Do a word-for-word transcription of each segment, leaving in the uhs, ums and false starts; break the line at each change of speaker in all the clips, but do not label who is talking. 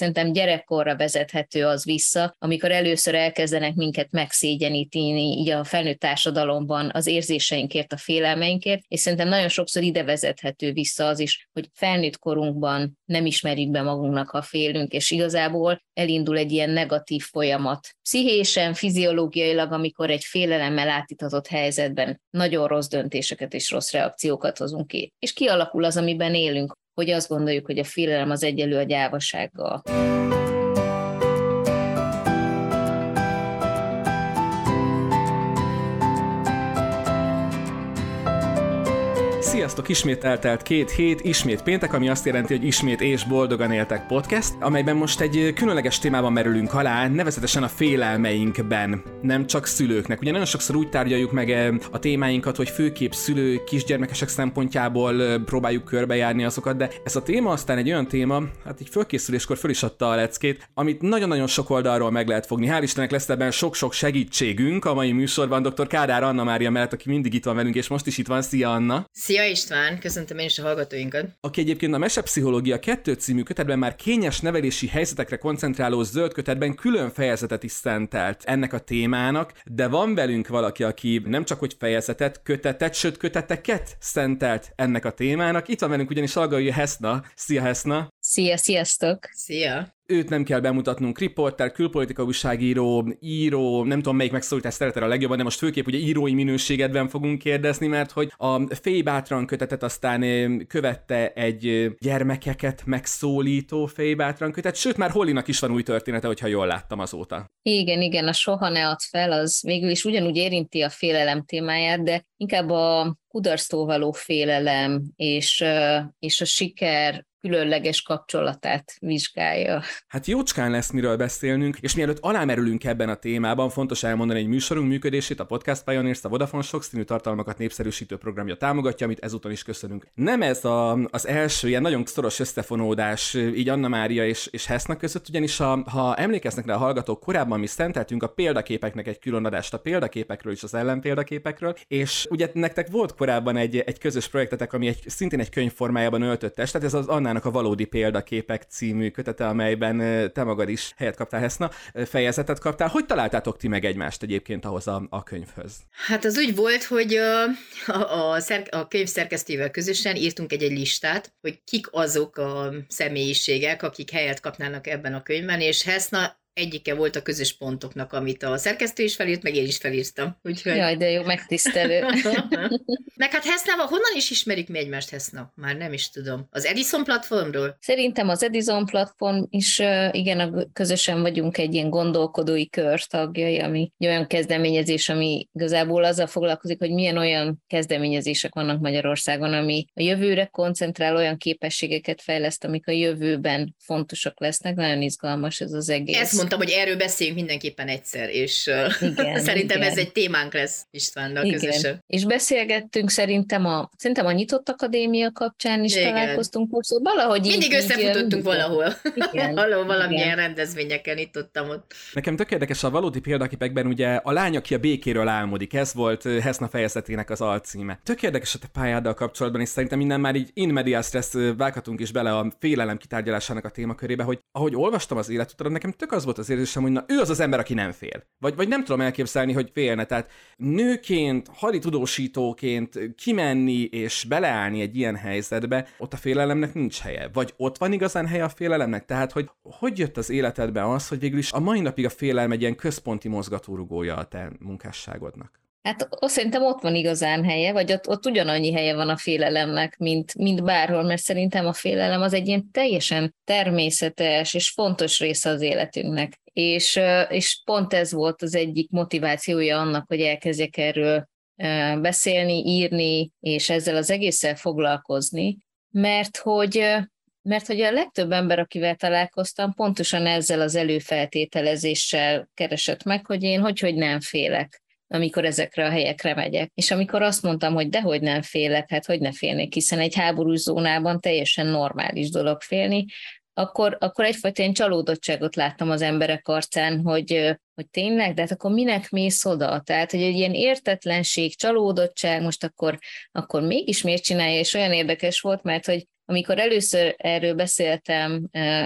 szerintem gyerekkorra vezethető az vissza, amikor először elkezdenek minket megszégyeníteni így a felnőtt társadalomban az érzéseinkért, a félelmeinkért, és szerintem nagyon sokszor ide vezethető vissza az is, hogy felnőtt korunkban nem ismerjük be magunknak, ha félünk, és igazából elindul egy ilyen negatív folyamat. Pszichésen, fiziológiailag, amikor egy félelemmel átítatott helyzetben nagyon rossz döntéseket és rossz reakciókat hozunk ki. És kialakul az, amiben élünk, hogy azt gondoljuk, hogy a félelem az egyenlő a gyávasággal.
Sziasztok! Ismét eltelt két hét, ismét péntek, ami azt jelenti, hogy ismét és boldogan éltek podcast, amelyben most egy különleges témában merülünk alá, nevezetesen a félelmeinkben, nem csak szülőknek. Ugye nagyon sokszor úgy tárgyaljuk meg a témáinkat, hogy főképp szülők, kisgyermekesek szempontjából próbáljuk körbejárni azokat, de ez a téma aztán egy olyan téma, hát így fölkészüléskor föl is adta a leckét, amit nagyon-nagyon sok oldalról meg lehet fogni. Hál' Istennek lesz ebben sok-sok segítségünk a mai műsorban, dr. Kádár Anna Mária mellett, aki mindig itt van velünk, és most is itt van. Szia, Anna!
Szia István, köszöntöm én is a hallgatóinkat.
Aki egyébként a Mesepszichológia kettő című kötetben már kényes nevelési helyzetekre koncentráló zöld kötetben külön fejezetet is szentelt ennek a témának, de van velünk valaki, aki nem csak hogy fejezetet, kötetet, sőt köteteket szentelt ennek a témának. Itt van velünk ugyanis Algai Heszna. Szia, Heszna!
Szia, sziasztok!
Szia!
Őt nem kell bemutatnunk, riporter, külpolitika újságíró, író, nem tudom melyik megszólítás szereted a legjobban, de most főképp ugye írói minőségedben fogunk kérdezni, mert hogy a Fay Bátran kötetet aztán követte egy gyermekeket megszólító Fay Bátran kötet, sőt már Hollynak is van új története, hogyha jól láttam azóta.
Igen, igen, a Soha ne add fel, az végül is ugyanúgy érinti a félelem témáját, de inkább a kudarctól való félelem és, és a siker különleges kapcsolatát vizsgálja.
Hát jócskán lesz miről beszélnünk, és mielőtt alámerülünk ebben a témában, fontos elmondani, egy műsorunk működését a Podcast Pioneers, a Vodafone sokszínű tartalmakat népszerűsítő programja támogatja, amit ezúton is köszönünk. Nem ez a, az első ilyen nagyon szoros összefonódás így Anna Mária és, és Heszna között, ugyanis a, ha emlékeznek rá a hallgatók, korábban mi szenteltünk a példaképeknek egy külön adást, a példaképekről és az ellenpéldaképekről, és ugye nektek volt korábban egy, egy közös projektetek, ami egy, szintén egy könyv formájában öltött test, tehát ez az Anna a Valódi Példaképek című kötete, amelyben te magad is helyet kaptál, Heszna, fejezetet kaptál. Hogy találtátok ti meg egymást egyébként ahhoz a, a könyvhöz?
Hát az úgy volt, hogy a, a, a, szer- a könyv szerkesztővel közösen írtunk egy-egy listát, hogy kik azok a személyiségek, akik helyet kapnának ebben a könyvben, és Heszna egyike volt a közös pontoknak, amit a szerkesztő is felírt, meg én is felírtam. Úgyhogy...
Jaj, de jó, megtisztelő.
Meg hát Hesznával honnan is ismerik mi egymást, Heszna? Már nem is tudom. Az Edison platformról?
Szerintem az Edison platform is, igen, közösen vagyunk egy ilyen gondolkodói kör tagjai, ami egy olyan kezdeményezés, ami igazából azzal foglalkozik, hogy milyen olyan kezdeményezések vannak Magyarországon, ami a jövőre koncentrál, olyan képességeket fejleszt, amik a jövőben fontosak lesznek. Nagyon izgalmas ez az egész.
Ezt mondtam, hogy erről beszéljünk mindenképpen egyszer, és igen, szerintem igen. Ez egy témánk lesz Istvánnal igen. közösen.
És beszélgettünk szerintem a, szerintem a Nyitott Akadémia kapcsán is igen. találkoztunk, szóval valahogy
mindig
így,
összefutottunk így, valahol.
Igen.
valahol valamilyen igen. rendezvényeken itt ottam ott.
Nekem tök érdekes, a Valódi Példaképekben ugye a lány, aki a békéről álmodik, ez volt Heszna fejezetének az alcíme. Tök érdekes a te pályáddal kapcsolatban, és szerintem innen már így in medias res vághatunk is bele a félelem kitárgyalásának a témakörébe, hogy ahogy olvastam az életutadat, nekem tök az volt az érzésem, hogy na, ő az az ember, aki nem fél. Vagy, vagy nem tudom elképzelni, hogy félne. Tehát nőként, haditudósítóként kimenni és beleállni egy ilyen helyzetbe, ott a félelemnek nincs helye. Vagy ott van igazán helye a félelemnek? Tehát, hogy hogy jött az életedbe az, hogy végül is a mai napig a félelem egy ilyen központi mozgatórugója a te munkásságodnak?
Hát azt szerintem ott van igazán helye, vagy ott, ott ugyanannyi helye van a félelemnek, mint, mint bárhol, mert szerintem a félelem az egy ilyen teljesen természetes és fontos része az életünknek. És, és pont ez volt az egyik motivációja annak, hogy elkezdjek erről beszélni, írni, és ezzel az egésszel foglalkozni, mert hogy, mert hogy a legtöbb ember, akivel találkoztam, pontosan ezzel az előfeltételezéssel keresett meg, hogy én hogy, hogy nem félek, amikor ezekre a helyekre megyek. És amikor azt mondtam, hogy dehogy nem félek, hát hogy ne félnék, hiszen egy háborús zónában teljesen normális dolog félni, akkor, akkor egyfajta ilyen csalódottságot láttam az emberek arcán, hogy, hogy tényleg, de hát akkor minek mész oda? Tehát, hogy egy ilyen értetlenség, csalódottság, most akkor, akkor mégis miért csinálja, és olyan érdekes volt, mert hogy amikor először erről beszéltem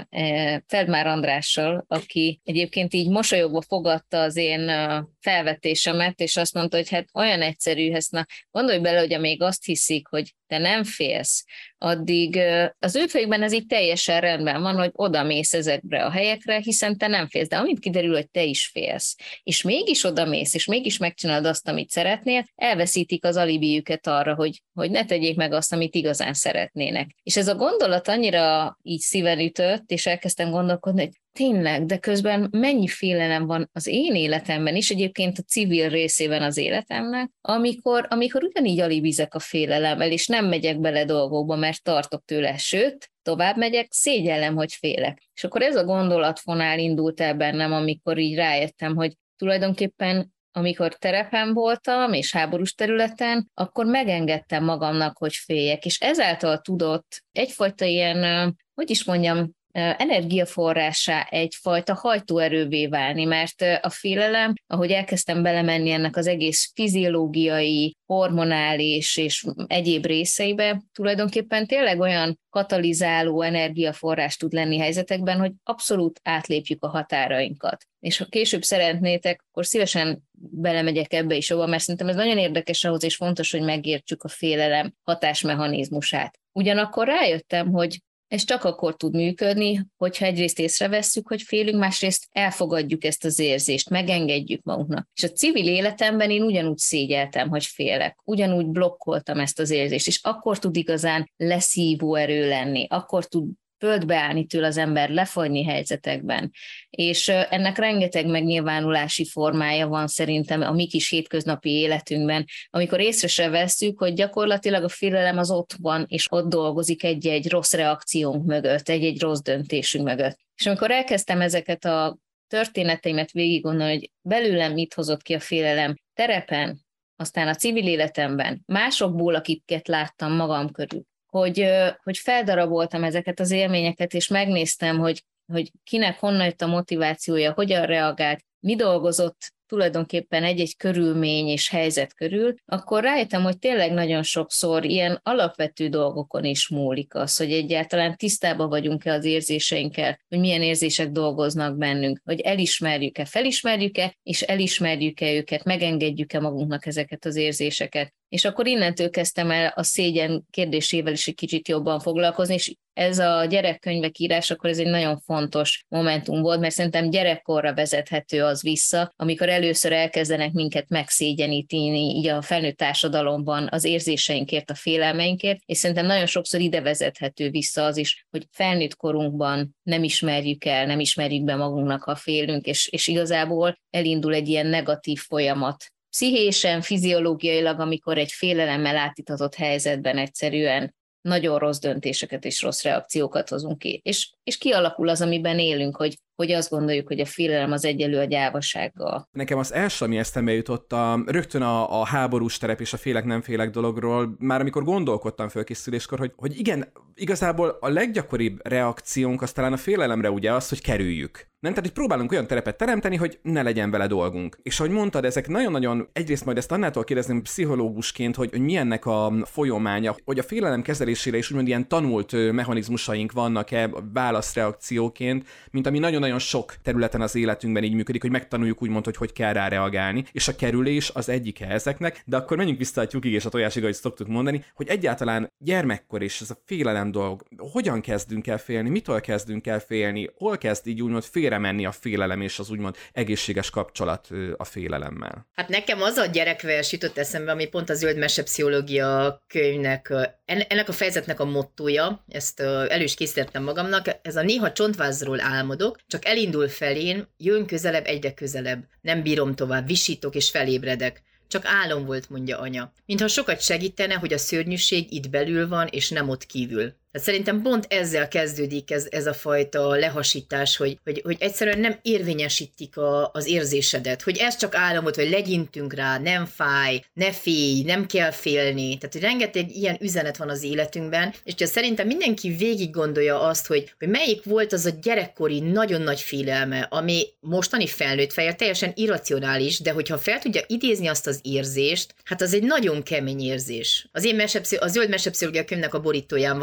Feldmár Andrással, aki egyébként így mosolyogva fogadta az én felvetésemet, és azt mondta, hogy hát olyan egyszerű, ezt na, gondolj bele, hogy amíg azt hiszik, hogy te nem félsz, addig az ő fejükben ez így teljesen rendben van, hogy oda mész ezekre a helyekre, hiszen te nem félsz, de amint kiderül, hogy te is félsz, és mégis oda mész, és mégis megcsinálod azt, amit szeretnél, elveszítik az alibijüket arra, hogy, hogy ne tegyék meg azt, amit igazán szeretnének. És ez a gondolat annyira így szíven ütött, és elkezdtem gondolkodni, hogy tényleg, de közben mennyi félelem van az én életemben is, egyébként a civil részében az életemnek, amikor, amikor ugyanígy alibizek a félelemmel, és nem megyek bele dolgokba, mert tartok tőle, sőt, tovább megyek, szégyellem, hogy félek. És akkor ez a gondolatfonál indult el bennem, amikor így rájöttem, hogy tulajdonképpen amikor terepen voltam, és háborús területen, akkor megengedtem magamnak, hogy féljek, és ezáltal tudott egyfajta ilyen, hogy is mondjam, energiaforrássá, egyfajta hajtóerővé válni, mert a félelem, ahogy elkezdtem belemenni ennek az egész fiziológiai, hormonális és egyéb részeibe, tulajdonképpen tényleg olyan katalizáló energiaforrás tud lenni helyzetekben, hogy abszolút átlépjük a határainkat. És ha később szeretnétek, akkor szívesen belemegyek ebbe is, mert szerintem ez nagyon érdekes ahhoz, és fontos, hogy megértsük a félelem hatásmechanizmusát. Ugyanakkor rájöttem, hogy ez csak akkor tud működni, hogyha egyrészt észrevesszük, hogy félünk, másrészt elfogadjuk ezt az érzést, megengedjük magunknak. És a civil életemben én ugyanúgy szégyeltem, hogy félek, ugyanúgy blokkoltam ezt az érzést, és akkor tud igazán leszívó erő lenni, akkor tud földbe állni tőle az ember, lefagyni helyzetekben. És ennek rengeteg megnyilvánulási formája van szerintem a mi kis hétköznapi életünkben, amikor észre se vesszük, hogy gyakorlatilag a félelem az ott van, és ott dolgozik egy-egy rossz reakciónk mögött, egy-egy rossz döntésünk mögött. És amikor elkezdtem ezeket a történeteimet végig gondolni, hogy belőlem mit hozott ki a félelem terepen, aztán a civil életemben, másokból, akiket láttam magam körül, hogy, hogy feldaraboltam ezeket az élményeket, és megnéztem, hogy, hogy kinek honnan jött a motivációja, hogyan reagált, mi dolgozott tulajdonképpen egy-egy körülmény és helyzet körül, akkor rájöttem, hogy tényleg nagyon sokszor ilyen alapvető dolgokon is múlik az, hogy egyáltalán tisztában vagyunk-e az érzéseinkkel, hogy milyen érzések dolgoznak bennünk, hogy elismerjük-e, felismerjük-e, és elismerjük-e őket, megengedjük-e magunknak ezeket az érzéseket. És akkor innentől kezdtem el a szégyen kérdésével is egy kicsit jobban foglalkozni, és ez a gyerekkönyvek írás, akkor ez egy nagyon fontos momentum volt, mert szerintem gyerekkorra vezethető az vissza, amikor először elkezdenek minket megszégyeníteni így a felnőtt társadalomban az érzéseinkért, a félelmeinkért, és szerintem nagyon sokszor ide vezethető vissza az is, hogy felnőtt korunkban nem ismerjük el, nem ismerjük be magunknak, ha félünk, és, és igazából elindul egy ilyen negatív folyamat. Pszichésen, fiziológiailag, amikor egy félelemmel átítatott helyzetben egyszerűen nagyon rossz döntéseket és rossz reakciókat hozunk ki. És, és kialakul az, amiben élünk, hogy, hogy azt gondoljuk, hogy a félelem az egyenlő a gyávasággal.
Nekem az első, ami eszembe jutott, a, rögtön a, a háborús terep és a félek nem félek dologról, már amikor gondolkodtam fölkészüléskor, hogy, hogy igen, igazából a leggyakoribb reakciónk az talán a félelemre ugye az, hogy kerüljük. Nem, tehát, hogy próbálunk olyan terepet teremteni, hogy ne legyen vele dolgunk. És ahogy mondtad, ezek nagyon-nagyon, egyrészt majd ezt annától kérdezném pszichológusként, hogy, hogy milyennek a folyamánya, hogy a félelem kezelésére is úgymond ilyen tanult mechanizmusaink vannak-e válaszreakcióként, mint ami nagyon-nagyon sok területen az életünkben így működik, hogy megtanuljuk úgymond, hogy hogy kell rá reagálni. És a kerülés az egyike ezeknek, de akkor menjünk vissza a tyúkig és a tojásig, ahogy szoktuk mondani, hogy egyáltalán gyermekkor és ez a félelem dolog, hogyan kezdünk el félni, mitől kezdünk el félni, hol kezd így úgymond félre menni a félelem és az úgymond egészséges kapcsolat a félelemmel.
Hát nekem az a gyerekvers jutott eszembe, ami pont a Zöld mesepszichológia könyvnek, ennek a fejezetnek a mottója, ezt elő is készítettem magamnak, ez a néha csontvázról álmodok, csak elindul felén, jön közelebb, egyre közelebb, nem bírom tovább, visítok és felébredek. Csak álom volt, mondja anya. Mintha sokat segítene, hogy a szörnyűség itt belül van, és nem ott kívül. Tehát szerintem pont ezzel kezdődik ez, ez a fajta lehasítás, hogy, hogy, hogy egyszerűen nem érvényesítik a, az érzésedet, hogy ez csak álom volt, hogy legyintünk rá, nem fáj, ne félj, nem kell félni. Tehát, hogy rengeteg ilyen üzenet van az életünkben, és ugye szerintem mindenki végig gondolja azt, hogy, hogy melyik volt az a gyerekkori nagyon nagy félelme, ami mostani felnőtt fejjel teljesen irracionális, de hogyha fel tudja idézni azt az érzést, hát az egy nagyon kemény érzés. Az én mesepszio- a Zöld mesepszichológia könyvnek a borítóján van az a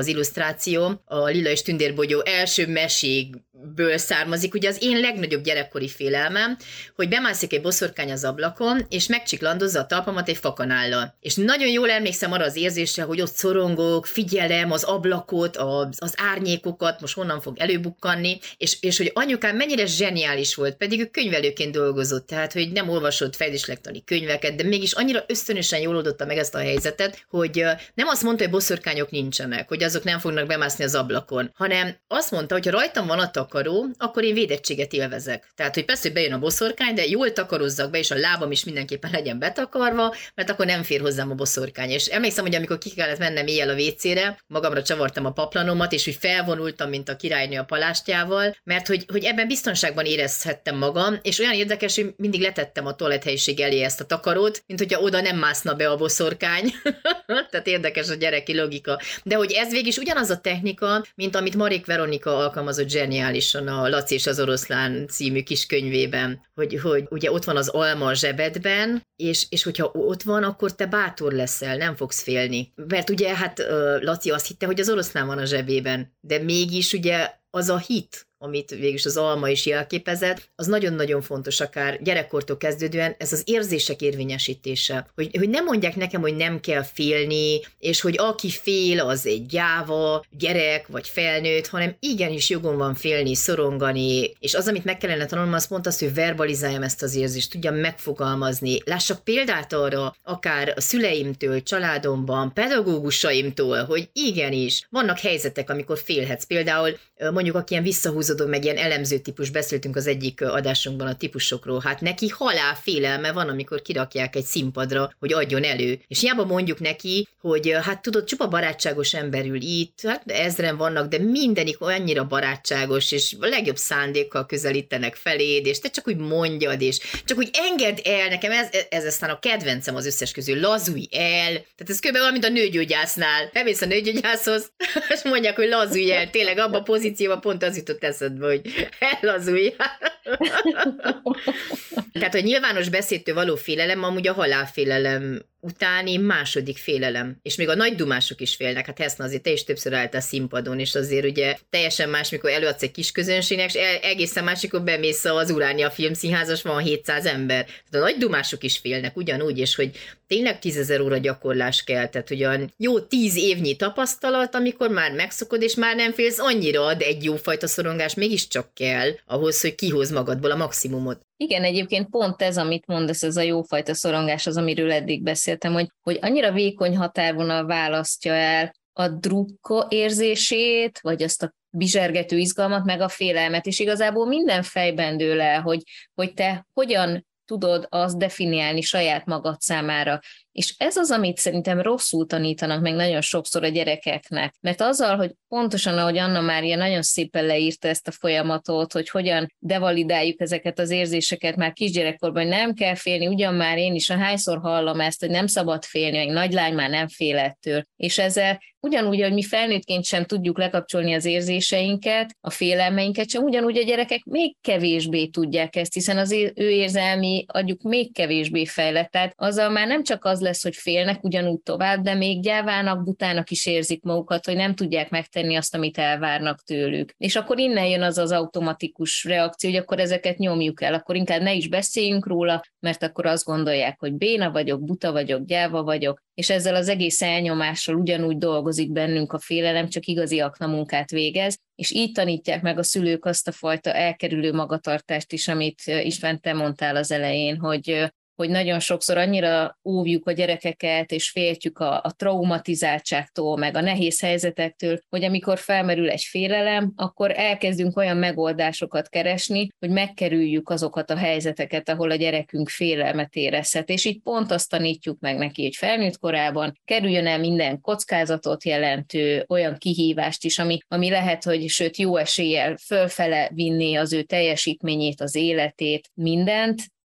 az illusztráció a Lila és Tündérbogyó első mesékből származik. Ugye az én legnagyobb gyerekkori félelmem, hogy bemászik egy boszorkány az ablakon, és megcsiklandozza a talpamat egy fakanállal. És nagyon jól emlékszem arra az érzésre, hogy ott szorongok, figyelem az ablakot, az, az árnyékokat, most honnan fog előbukkanni, és, és hogy anyukám mennyire zseniális volt, pedig ő könyvelőként dolgozott, tehát hogy nem olvasott fejlesztlektani könyveket, de mégis annyira ösztönösen jól oldotta meg ezt a helyzetet, hogy nem azt mondta, hogy boszorkányok nincsenek, hogy azok nem fognak bemászni az ablakon, hanem azt mondta, hogy ha rajtam van a takaró, akkor én védettséget élvezek. Tehát, hogy persze, hogy bejön a boszorkány, de jól takarozzak be, és a lábam is mindenképpen legyen betakarva, mert akkor nem fér hozzám a boszorkány. És emlékszem, hogy amikor ki kellett mennem éjjel a vécére, magamra csavartam a paplanomat, és úgy felvonultam, mint a királynő a palástjával, mert hogy, hogy ebben biztonságban érezhettem magam, és olyan érdekes, hogy mindig letettem a toalethelyiség elé ezt a takarót, mint hogyha oda nem mászna be a boszorkány. Tehát érdekes a gyereki logika. De hogy ez végig is ugyanaz a technika, mint amit Marék Veronika alkalmazott zseniálisan a Laci és az oroszlán című kis könyvében, hogy, hogy ugye ott van az alma a zsebedben, és, és hogyha ott van, akkor te bátor leszel, nem fogsz félni. Mert ugye hát Laci azt hitte, hogy az oroszlán van a zsebében, de mégis ugye az a hit, amit végülis az alma is jelképezett, az nagyon-nagyon fontos, akár gyerekkortól kezdődően, ez az érzések érvényesítése. Hogy, hogy nem mondják nekem, hogy nem kell félni, és hogy aki fél, az egy gyáva, gyerek vagy felnőtt, hanem igenis jogom van félni, szorongani, és az, amit meg kellene tanulnom, az pont az, hogy verbalizáljam ezt az érzést, tudjam megfogalmazni. Lássak példát arra, akár a szüleimtől, családomban, pedagógusaimtól, hogy igenis, vannak helyzetek, amikor félhetsz. Például mondjuk, aki ilyen visszahúzódó, meg ilyen elemző típus, beszéltünk az egyik adásunkban a típusokról, hát neki halál félelme van, amikor kirakják egy színpadra, hogy adjon elő. És hiába mondjuk neki, hogy hát tudod, csupa barátságos ember ül itt, hát ezren vannak, de mindenik annyira barátságos, és a legjobb szándékkal közelítenek feléd, és te csak úgy mondjad, és csak úgy engedd el, nekem ez, ez aztán a kedvencem az összes közül, lazulj el, tehát ez kb. Olyan, mint a nőgyógyásznál. Elmész a nőgyógyászhoz, és mondják, hogy lazulj el, tényleg abban a pozícióban pont az jutott eszedbe, hogy ellazulj. Tehát, hogy nyilvános beszédtől való félelem amúgy a halálfélelem utáni második félelem. És még a nagy dumások is félnek. Hát Heszna, azért te is többször álltál színpadon, és azért ugye teljesen más, mikor előadsz egy kis közönségnek, és egészen más, mikor bemész az Uránia Filmszínházas, van hétszáz ember. Tehát a nagy dumások is félnek ugyanúgy, és hogy tényleg tízezer óra gyakorlás kell, tehát ugyan jó tíz évnyi tapasztalat, amikor már megszokod, és már nem félsz annyira, de egy jófajta szorongás mégiscsak kell ahhoz, hogy kihoz magadból a maximumot.
Igen, egyébként pont ez, amit mondasz, ez a jófajta szorongás az, amiről eddig beszéltem, hogy, hogy annyira vékony határvonal választja el a drukka érzését, vagy azt a bizsergető izgalmat, meg a félelmet, és igazából minden fejben dől el, hogy, hogy te hogyan tudod azt definiálni saját magad számára. És ez az, amit szerintem rosszul tanítanak meg nagyon sokszor a gyerekeknek. Mert azzal, hogy pontosan, ahogy Anna Mária nagyon szépen leírta ezt a folyamatot, hogy hogyan devalidáljuk ezeket az érzéseket már kisgyerekkorban, hogy nem kell félni, ugyan már én is, hányszor hallom ezt, hogy nem szabad félni, meg nagylány már nem fél ettől. És ezzel ugyanúgy, hogy mi felnőttként sem tudjuk lekapcsolni az érzéseinket, a félelmeinket sem, ugyanúgy a gyerekek még kevésbé tudják ezt, hiszen az ő érzelmi agyuk még kevésbé fejlett. Tehát azzal már nem csak az lesz, hogy félnek ugyanúgy tovább, de még gyávának, butának is érzik magukat, hogy nem tudják megtenni azt, amit elvárnak tőlük. És akkor innen jön az az automatikus reakció, hogy akkor ezeket nyomjuk el, akkor inkább ne is beszéljünk róla, mert akkor azt gondolják, hogy béna vagyok, buta vagyok, gyáva vagyok, és ezzel az egész elnyomással ugyanúgy dolgozik bennünk a félelem, csak igazi aknamunkát végez, és így tanítják meg a szülők azt a fajta elkerülő magatartást is, amit István, te mondtál az elején, hogy hogy nagyon sokszor annyira óvjuk a gyerekeket, és féltjük a, a traumatizáltságtól, meg a nehéz helyzetektől, hogy amikor felmerül egy félelem, akkor elkezdünk olyan megoldásokat keresni, hogy megkerüljük azokat a helyzeteket, ahol a gyerekünk félelmet érezhet. És így pont azt tanítjuk meg neki, hogy felnőtt korában kerüljön el minden kockázatot jelentő olyan kihívást is, ami, ami lehet, hogy sőt jó eséllyel fölfele vinni az ő teljesítményét, az életét, mindent,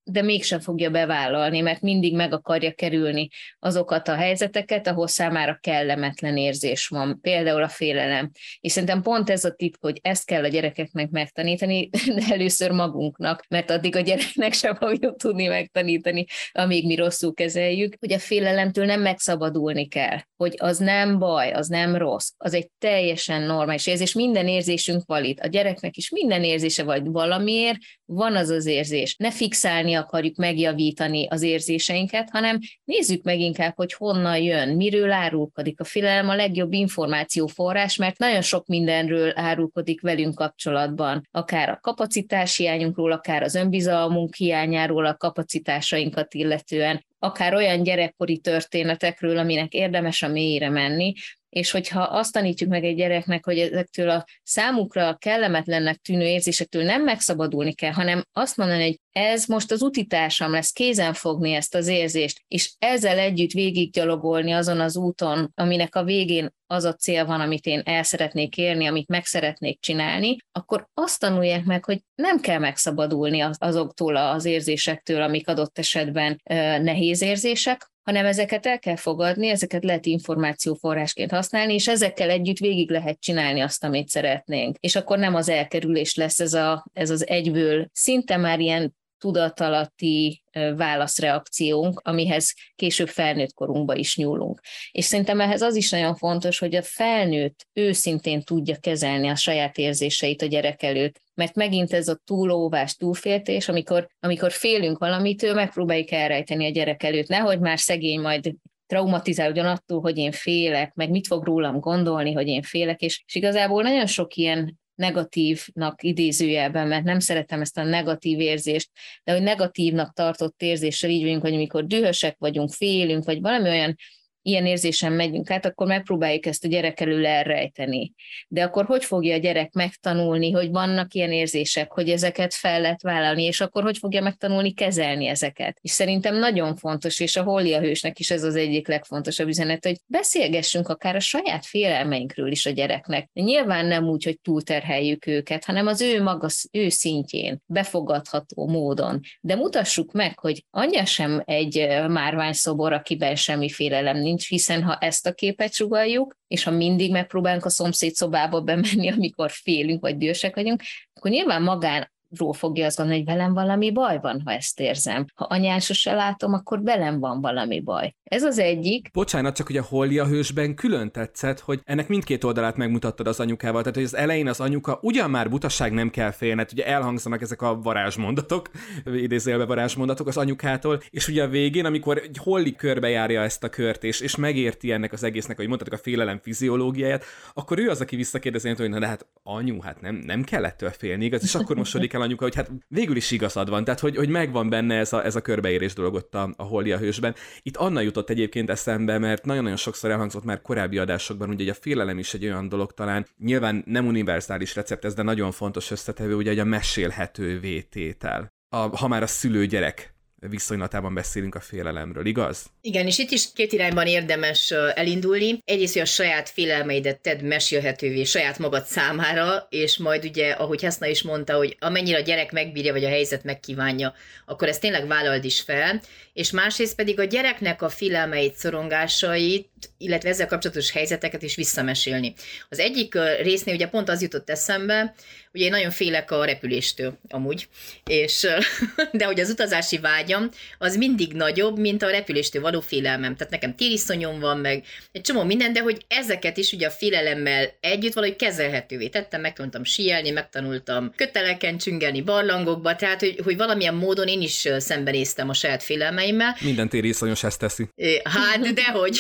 de mégsem fogja bevállalni, mert mindig meg akarja kerülni azokat a helyzeteket, ahol számára kellemetlen érzés van, például a félelem. És szerintem pont ez a tipp, hogy ezt kell a gyerekeknek megtanítani, de először magunknak, mert addig a gyereknek sem fogjuk tudni megtanítani, amíg mi rosszul kezeljük, hogy a félelemtől nem megszabadulni kell, hogy az nem baj, az nem rossz, az egy teljesen normális érzés, minden érzésünk valid, a gyereknek is minden érzése vagy valamiért, van az az érzés. Ne fixálni akarjuk megjavítani az érzéseinket, hanem nézzük meg inkább, hogy honnan jön, miről árulkodik. A félelem a legjobb információforrás, mert nagyon sok mindenről árulkodik velünk kapcsolatban. Akár a kapacitás hiányunkról, akár az önbizalmunk hiányáról, a kapacitásainkat illetően, akár olyan gyerekkori történetekről, aminek érdemes a mélyre menni, és hogyha azt tanítjuk meg egy gyereknek, hogy ezektől a számukra kellemetlennek tűnő érzésektől nem megszabadulni kell, hanem azt mondani, hogy ez most az utitársam lesz, kézen fogni ezt az érzést, és ezzel együtt végiggyalogolni azon az úton, aminek a végén az a cél van, amit én el szeretnék érni, amit meg szeretnék csinálni, akkor azt tanulják meg, hogy nem kell megszabadulni azoktól az érzésektől, amik adott esetben nehéz érzések, hanem ezeket el kell fogadni, ezeket lehet információforrásként használni, és ezekkel együtt végig lehet csinálni azt, amit szeretnénk. És akkor nem az elkerülés lesz ez, a, ez az egyből szinte már ilyen tudatalatti válaszreakciónk, amihez később felnőtt korunkba is nyúlunk. És szerintem ehhez az is nagyon fontos, hogy a felnőtt őszintén tudja kezelni a saját érzéseit a gyerek előtt, mert megint ez a túlóvás, túlféltés, amikor, amikor félünk valamitől, megpróbáljuk elrejteni a gyerek előtt, nehogy már szegény majd traumatizálódjon attól, hogy én félek, meg mit fog rólam gondolni, hogy én félek, és, és igazából nagyon sok ilyen negatívnak idézőjelben, mert nem szeretem ezt a negatív érzést, de hogy negatívnak tartott érzéssel így vagyunk, hogy amikor dühösek vagyunk, félünk, vagy valami olyan ilyen érzésen megyünk át, akkor megpróbáljuk ezt a gyerek elől elrejteni. De akkor hogy fogja a gyerek megtanulni, hogy vannak ilyen érzések, hogy ezeket fel lehet vállalni, és akkor hogy fogja megtanulni kezelni ezeket? És szerintem nagyon fontos, és a Hollia hősnek is ez az egyik legfontosabb üzenet, hogy beszélgessünk akár a saját félelmeinkről is a gyereknek. De nyilván nem úgy, hogy túlterheljük őket, hanem az ő maga, ő szintjén, befogadható módon. De mutassuk meg, hogy anya sem egy márványszobor, akiben semmi félelem nincs, hiszen ha ezt a képet sugalljuk, és ha mindig megpróbálunk a szomszéd szobába bemenni, amikor félünk, vagy dühösek vagyunk, akkor nyilván magánról fogja azt gondolni, hogy velem valami baj van, ha ezt érzem. Ha anyán sose látom, akkor velem van valami baj. Ez az egyik.
Bocsánat, csak hogy a Hollia hősben külön tetszett, hogy ennek mindkét oldalát megmutattad az anyukával. Tehát, hogy az elején az anyuka ugyan már butaság nem kell félned, ugye elhangzanak ezek a varázsmondatok, idézőjelbe varázsmondatok az anyukától, és ugye a végén, amikor egy Holly körbejárja ezt a kört, és, és megérti ennek az egésznek, hogy mondhatok a félelem fiziológiáját, akkor ő az, aki visszakérdezi, hogy na de hát anyu, hát nem, nem kell ettől félni, igaz? És akkor mosodik el anyuka, hogy hát végül is igazad van, tehát hogy, hogy megvan benne ez a, ez a körbeérés dolog ott a, a Hollia hősben. Itt Anna jutott egyébként eszembe, mert nagyon-nagyon sokszor elhangzott már korábbi adásokban, ugye, hogy a félelem is egy olyan dolog talán, nyilván nem univerzális recept ez, de nagyon fontos összetevő, ugye, hogy a mesélhetővé tétel. A, ha már a szülő-gyerek viszonylatában beszélünk a félelemről, igaz?
Igen, és itt is két irányban érdemes elindulni. Egyrészt, hogy a saját félelmeidet tedd mesélhetővé saját magad számára, és majd ugye, ahogy Heszna is mondta, hogy amennyire a gyerek megbírja, vagy a helyzet megkívánja, akkor ezt tényleg vállald is fel, és másrészt pedig a gyereknek a félelmeit, szorongásait, illetve ezzel kapcsolatos helyzeteket is visszamesélni. Az egyik résznél ugye pont az jutott eszembe, ugye én nagyon félek a repüléstől amúgy, és, de hogy az utazási vágyam az mindig nagyobb, mint a repüléstől való félelmem. Tehát nekem tériszonyom van, meg egy csomó minden, de hogy ezeket is ugye a félelemmel együtt valahogy kezelhetővé tettem, megtanultam síelni, megtanultam köteleken csüngelni barlangokba, tehát hogy, hogy valamilyen módon én is szembenéztem a saját félelmeimmel.
Minden tériszonyos ezt teszi.
Hát, dehogy.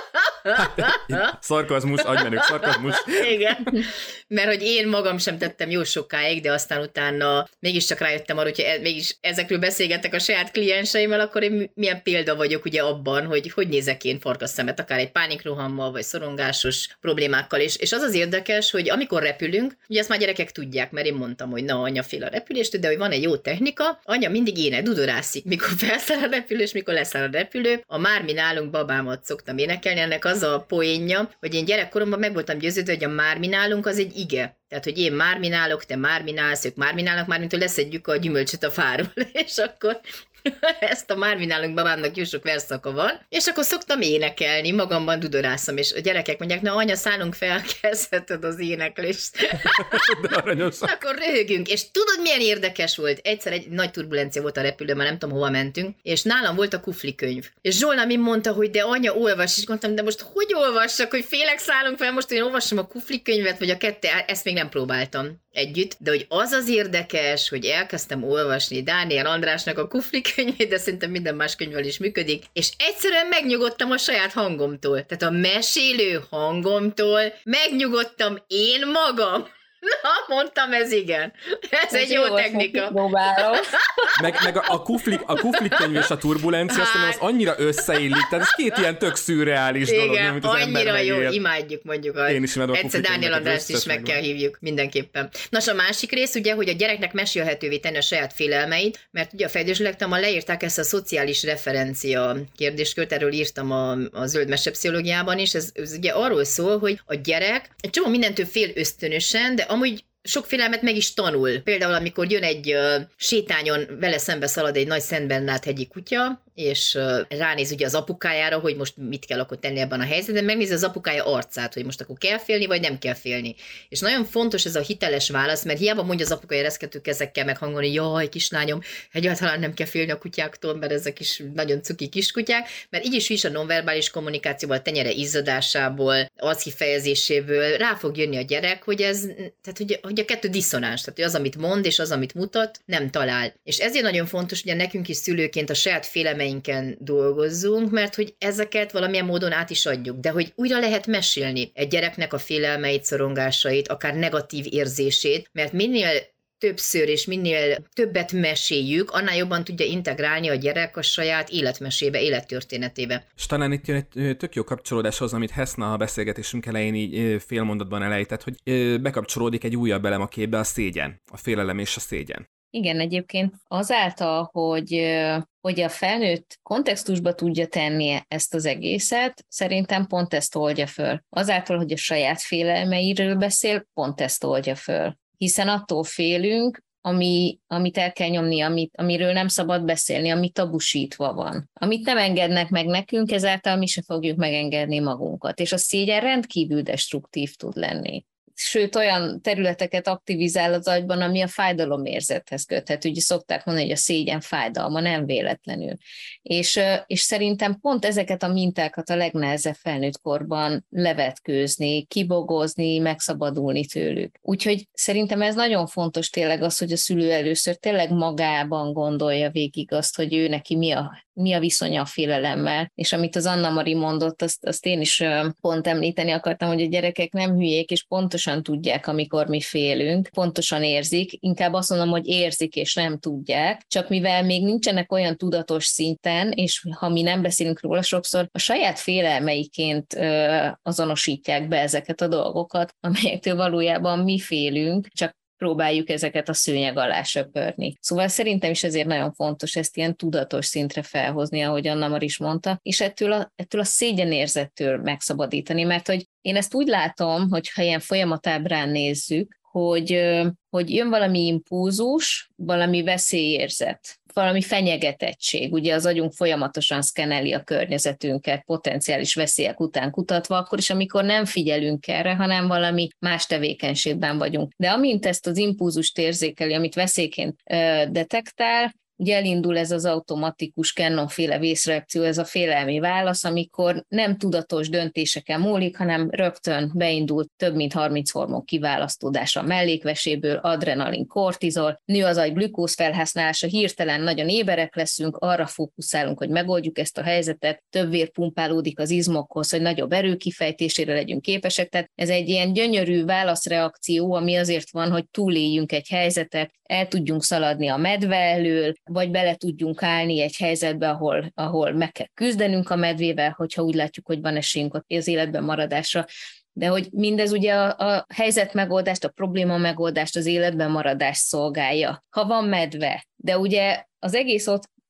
Szarkazmus, agymenők, szarkazmus.
Igen, mert hogy én magam sem tettem jó sokáig, de aztán utána mégiscsak rájöttem arra, hogyha mégis ezekről beszélgetek a saját klienseimmel, akkor én milyen példa vagyok ugye abban, hogy hogy nézek én farkasszemet, akár egy pánikrohammal, vagy szorongásos problémákkal, és, és az az érdekes, hogy amikor repülünk, ugye ezt már gyerekek tudják, mert én mondtam, hogy na, anya fél a repüléstől, de hogy van egy jó technika, anya mindig ének, dudorászik, mikor felszáll a repülő, és mikor leszáll a repülő. A Már mi nálunk babámat szoktam énekelni, ennek az a poénja, hogy én gyerekkoromban meg voltam győződve, hogy a Már mi nálunk az egy ige. Tehát, hogy én márminálok, te márminálsz, ők márminálnak, mármint leszedjük a gyümölcsöt a fáról, és akkor ezt a márminálunk babámnak jusok verszaka van, és akkor szoktam énekelni, magamban dudorászom, és a gyerekek mondják, na anya, szállunk fel, kezdheted az éneklést.
De aranyos.
Akkor röhögünk, és tudod, milyen érdekes volt? Egyszer egy nagy turbulencia volt a repülőben, nem tudom, hova mentünk, és nálam volt a Kufli könyv. És Zsolna mi mondta, hogy de anya, olvas, és mondtam, de most hogy olvassak, hogy félek szállunk fel, most én olvasom a Kufli könyvet, vagy a kette, ezt még nem próbáltam együtt, de hogy az az érdekes, hogy elkezdtem olvasni Dániel Andrásnak a Kufli könyvét, de szerintem minden más könyvvel is működik, és egyszerűen megnyugodtam a saját hangomtól. Tehát a mesélő hangomtól megnyugodtam én magam. Na, mondtam, ez igen. Ez, ez egy jó, jó technika.
Meg, meg a, a, kuflik, a kuflik könyv és a turbulencia, hát, az annyira összeillik, tehát ez két ilyen tök szürreális
igen,
dolog, amit az
annyira
ember
jó,
megél.
imádjuk mondjuk. A,
Én is imádom a
egyszer Dániel Andrást is meg kell hívjuk mindenképpen. Nos, a másik rész ugye, hogy a gyereknek mesélhetővé tenni a saját félelmeit, mert ugye a fejlődéslektamban leírták ezt a szociális referencia kérdéskört, erről írtam a, a zöld mesepszichológiában is, ez, ez ugye arról szól, hogy a gyerek egy csomó mindentől fél ösztönösen, de amúgy sok félelmet meg is tanul. Például, amikor jön egy uh, sétányon, vele szembe szalad egy nagy Szent Bernát hegyi kutya, és uh, ránéz ugye az apukájára, hogy most mit kell akkor tenni ebben a helyzetben, megnézi az apukája arcát, hogy most akkor kell félni, vagy nem kell félni. És nagyon fontos ez a hiteles válasz, mert hiába mondja az apukája reszkető kezekkel meghangolni, jaj, kislányom, egyáltalán nem kell félni a kutyáktól, mert ezek is nagyon cuki kiskutyák, mert így is is a nonverbális kommunikációból, a tenyere izzadásából, arckifejezéséből rá fog jönni a gyerek, hogy ez, tehát hogy, hogy a kettő diszonáns, tehát hogy az, amit mond, és az, amit mutat, nem talál. És ezért nagyon fontos, hogy nekünk is szülőként a saját félemeinken dolgozzunk, mert hogy ezeket valamilyen módon át is adjuk, de hogy újra lehet mesélni egy gyereknek a félelmeit, szorongásait, akár negatív érzését, mert minél többször és minél többet meséljük, annál jobban tudja integrálni a gyerek a saját életmesébe, élettörténetébe.
És talán itt jön egy tök jó kapcsolódáshoz, amit Heszna a beszélgetésünk elején így félmondatban elejtett, hogy bekapcsolódik egy újabb elem a képbe, a szégyen, a félelem és a szégyen.
Igen, egyébként azáltal, hogy, hogy a felnőtt kontextusba tudja tenni ezt az egészet, szerintem pont ezt oldja föl. Azáltal, hogy a saját félelmeiről beszél, pont ezt oldja föl. Hiszen attól félünk, ami, amit el kell nyomni, amit, amiről nem szabad beszélni, ami tabusítva van. Amit nem engednek meg nekünk, ezáltal mi se fogjuk megengedni magunkat. És a szégyen rendkívül destruktív tud lenni. Sőt, olyan területeket aktivizál az agyban, ami a fájdalomérzethez köthető. Ugye szokták mondani, hogy a szégyen fájdalma, nem véletlenül. És, és szerintem pont ezeket a mintákat a legnehezebb felnőtt korban levetkőzni, kibogozni, megszabadulni tőlük. Úgyhogy szerintem ez nagyon fontos tényleg az, hogy a szülő először tényleg magában gondolja végig azt, hogy ő neki mi a, mi a viszonya a félelemmel. És amit az Anna Mari mondott, azt, azt én is pont említeni akartam, hogy a gyerekek nem hülyék, és pontosan tudják, amikor mi félünk, pontosan érzik, inkább azt mondom, hogy érzik és nem tudják, csak mivel még nincsenek olyan tudatos szinten, és ha mi nem beszélünk róla sokszor, a saját félelmeiként ö, azonosítják be ezeket a dolgokat, amelyektől valójában mi félünk, csak próbáljuk ezeket a szőnyeg alá söpörni. Szóval szerintem is ezért nagyon fontos ezt ilyen tudatos szintre felhozni, ahogy Anna Mari is mondta, és ettől a, ettől a szégyenérzettől megszabadítani, mert hogy én ezt úgy látom, hogy ha ilyen folyamatábrán nézzük, hogy, hogy jön valami impulzus, valami veszélyérzet, valami fenyegetettség, ugye az agyunk folyamatosan szkeneli a környezetünket, potenciális veszélyek után kutatva, akkor is, amikor nem figyelünk erre, hanem valami más tevékenységben vagyunk. De amint ezt az impulzust érzékeli, amit veszélyként ö, detektál, ugye elindul ez az automatikus Cannon-féle vészreakció, ez a félelmi válasz, amikor nem tudatos döntéseken múlik, hanem rögtön beindult több mint harminc hormon kiválasztódása a mellékveséből, adrenalin, kortizol, nő az agy glükóz felhasználása, hirtelen nagyon éberek leszünk, arra fókuszálunk, hogy megoldjuk ezt a helyzetet, több vér pumpálódik az izmokhoz, hogy nagyobb erőkifejtésére legyünk képesek, tehát ez egy ilyen gyönyörű válaszreakció, ami azért van, hogy túléljünk egy helyzetet, el tudjunk szaladni a medve elől, vagy bele tudjunk állni egy helyzetbe, ahol, ahol meg kell küzdenünk a medvével, hogyha úgy látjuk, hogy van esélyünk az életben maradásra. De hogy mindez ugye a, a helyzet megoldást, a probléma megoldást, az életben maradást szolgálja. Ha van medve, de ugye az egész ott kezd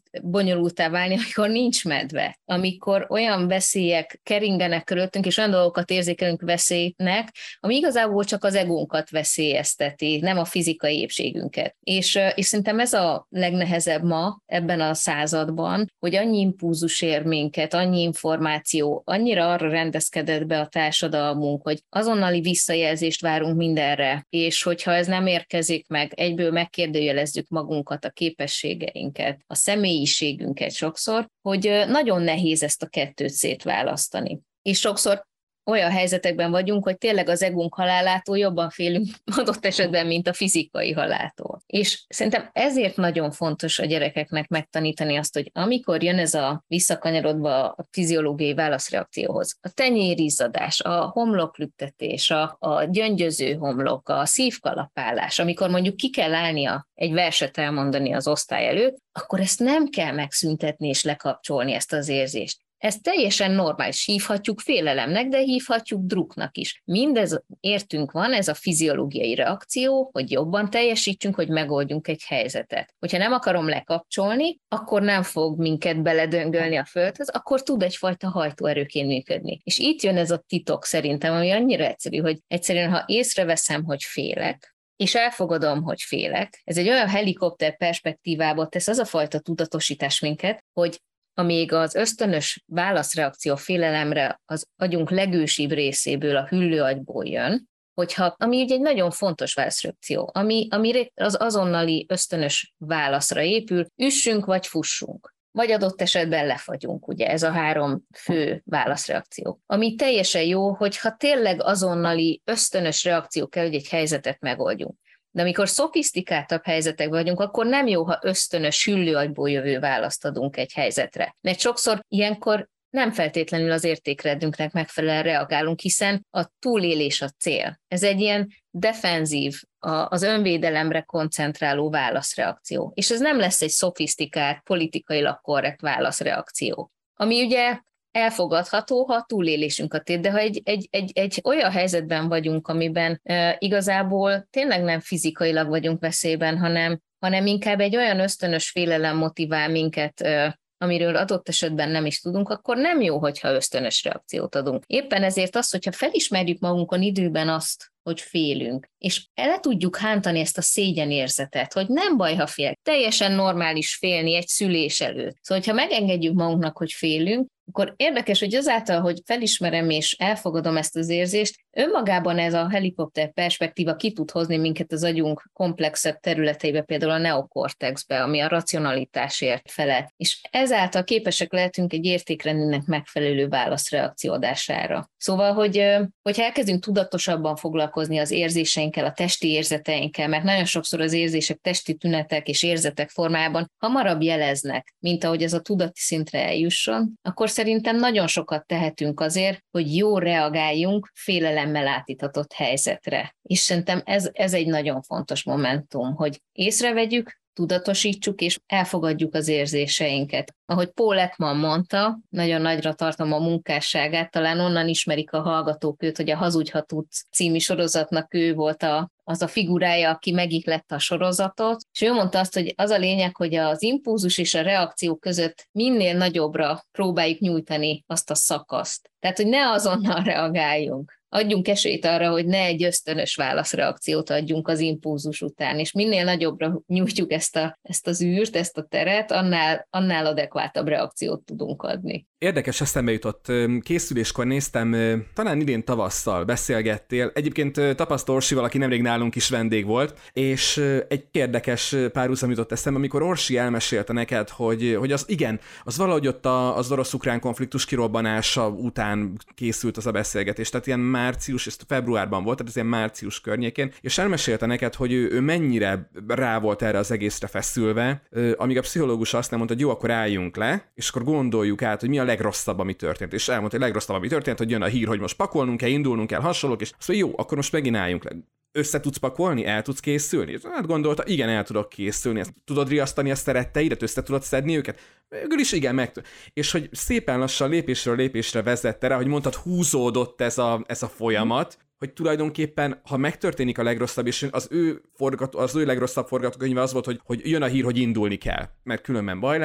bonyolultá válni, amikor nincs medve, amikor olyan veszélyek keringenek körülöttünk, és olyan dolgokat érzékelünk veszélynek, ami igazából csak az egónkat veszélyezteti, nem a fizikai épségünket. És, és szerintem ez a legnehezebb ma ebben a században, hogy annyi impulzus ér minket, annyi információ, annyira arra rendezkedett be a társadalmunk, hogy azonnali visszajelzést várunk mindenre, és hogyha ez nem érkezik meg, egyből megkérdőjelezzük magunkat, a képességeinket, a személyiségünket sokszor, hogy nagyon nehéz ezt a kettőt szétválasztani. És sokszor olyan helyzetekben vagyunk, hogy tényleg az egónk halálától jobban félünk adott esetben, mint a fizikai haláltól. És szerintem ezért nagyon fontos a gyerekeknek megtanítani azt, hogy amikor jön ez a visszakanyarodva a fiziológiai válaszreakcióhoz, a tenyérizzadás, a homloklüktetés, a, a gyöngyöző homlok, a szívkalapálás, amikor mondjuk ki kell állnia egy verset elmondani az osztály előtt, akkor ezt nem kell megszüntetni és lekapcsolni ezt az érzést. Ez teljesen normális, hívhatjuk félelemnek, de hívhatjuk druknak is. Mindez értünk van, ez a fiziológiai reakció, hogy jobban teljesítsünk, hogy megoldjunk egy helyzetet. Hogyha nem akarom lekapcsolni, akkor nem fog minket beledöngölni a földhöz, akkor tud egyfajta hajtóerőként működni. És itt jön ez a titok szerintem, ami annyira egyszerű, hogy egyszerűen, ha észreveszem, hogy félek, és elfogadom, hogy félek, ez egy olyan helikopter perspektívába tesz az a fajta tudatosítás minket, hogy amíg az ösztönös válaszreakció félelemre az agyunk legősibb részéből, a hüllőagyból jön, hogyha, ami ugye egy nagyon fontos válaszreakció, ami, ami az azonnali ösztönös válaszra épül, üssünk vagy fussunk, vagy adott esetben lefagyunk, ugye ez a három fő válaszreakció. Ami teljesen jó, hogyha tényleg azonnali ösztönös reakció kell, hogy egy helyzetet megoldjunk. De amikor szofisztikáltabb helyzetekben vagyunk, akkor nem jó, ha ösztönös hüllőagyból jövő választ adunk egy helyzetre. Mert sokszor ilyenkor nem feltétlenül az értékrendünknek megfelelően reagálunk, hiszen a túlélés a cél. Ez egy ilyen defenzív, az önvédelemre koncentráló válaszreakció. És ez nem lesz egy szofisztikált, politikailag korrekt válaszreakció. Ami ugye elfogadható, ha a túlélésünket ér, de ha egy, egy, egy, egy olyan helyzetben vagyunk, amiben e, igazából tényleg nem fizikailag vagyunk veszélyben, hanem, hanem inkább egy olyan ösztönös félelem motivál minket, e, amiről adott esetben nem is tudunk, akkor nem jó, hogyha ösztönös reakciót adunk. Éppen ezért az, hogyha felismerjük magunkon időben azt, hogy félünk, és el tudjuk hántani ezt a szégyenérzetet, hogy nem baj, ha fél. Teljesen normális félni egy szülés előtt. Szóval, ha megengedjük magunknak, hogy félünk, akkor érdekes, hogy azáltal, hogy felismerem és elfogadom ezt az érzést, önmagában ez a helikopter perspektíva ki tud hozni minket az agyunk komplexebb területeibe, például a neokortexbe, ami a racionalitásért felel. És ezáltal képesek lehetünk egy értékrendünknek megfelelő válaszreakció adására. Szóval, hogy, hogyha elkezdünk tudatosabban foglalkozni az érzéseinkkel, a testi érzeteinkkel, mert nagyon sokszor az érzések testi tünetek és érzetek formájában hamarabb jeleznek, mint ahogy ez a tudati szintre eljusson, akkor szerintem nagyon sokat tehetünk azért, hogy jó reagáljunk félelemmel átíthatott helyzetre. És szerintem ez, ez egy nagyon fontos momentum, hogy észrevegyük, tudatosítsuk és elfogadjuk az érzéseinket. Ahogy Paul Ekman mondta, nagyon nagyra tartom a munkásságát, talán onnan ismerik a hallgatók őt, hogy a Hazudj, ha tudsz című sorozatnak ő volt a, az a figurája, aki megihlette a sorozatot, és ő mondta azt, hogy az a lényeg, hogy az impulzus és a reakció között minél nagyobbra próbáljuk nyújtani azt a szakaszt. Tehát, hogy ne azonnal reagáljunk. Adjunk esélyt arra, hogy ne egy ösztönös válaszreakciót adjunk az impulzus után, és minél nagyobbra nyújtjuk ezt, a, ezt az űrt, ezt a teret, annál, annál adekvátabb reakciót tudunk adni.
Érdekes, eszembe jutott. Készüléskor néztem, talán idén tavasszal beszélgettél. Egyébként Tapasztó Orsival, aki nemrég nálunk is vendég volt, és egy érdekes párhuzam jutott eszembe, amikor Orsi elmesélte neked, hogy, hogy az igen, az valahogy ott az orosz-ukrán konfliktus kirobbanása után készült az a beszélgetés, tehát ilyen március, ez februárban volt, tehát ez ilyen március környékén, és elmesélte neked, hogy ő, ő mennyire rá volt erre az egészre feszülve, amíg a pszichológus azt nem mondta, hogy jó, akkor álljunk le, és akkor gondoljuk át, hogy mi a legrosszabb, ami történt. És elmondta, hogy a legrosszabb, ami történt, hogy jön a hír, hogy most pakolnunk kell, indulnunk kell, hasonlók, és azt mondja, jó, akkor most megint álljunk le. Össze tudsz pakolni? El tudsz készülni? Hát gondolta, igen, el tudok készülni. Tudod riasztani a szeretteidet? Össze tudod szedni őket? Végül is igen, meg. És hogy szépen lassan lépésről lépésre vezette rá, hogy mondtad, húzódott ez a, ez a folyamat, hogy tulajdonképpen, ha megtörténik a legrosszabb, és az ő, forgató, az ő legrosszabb forgatókönyve az volt, hogy, hogy jön a hír, hogy indulni kell, mert különben baj lesz,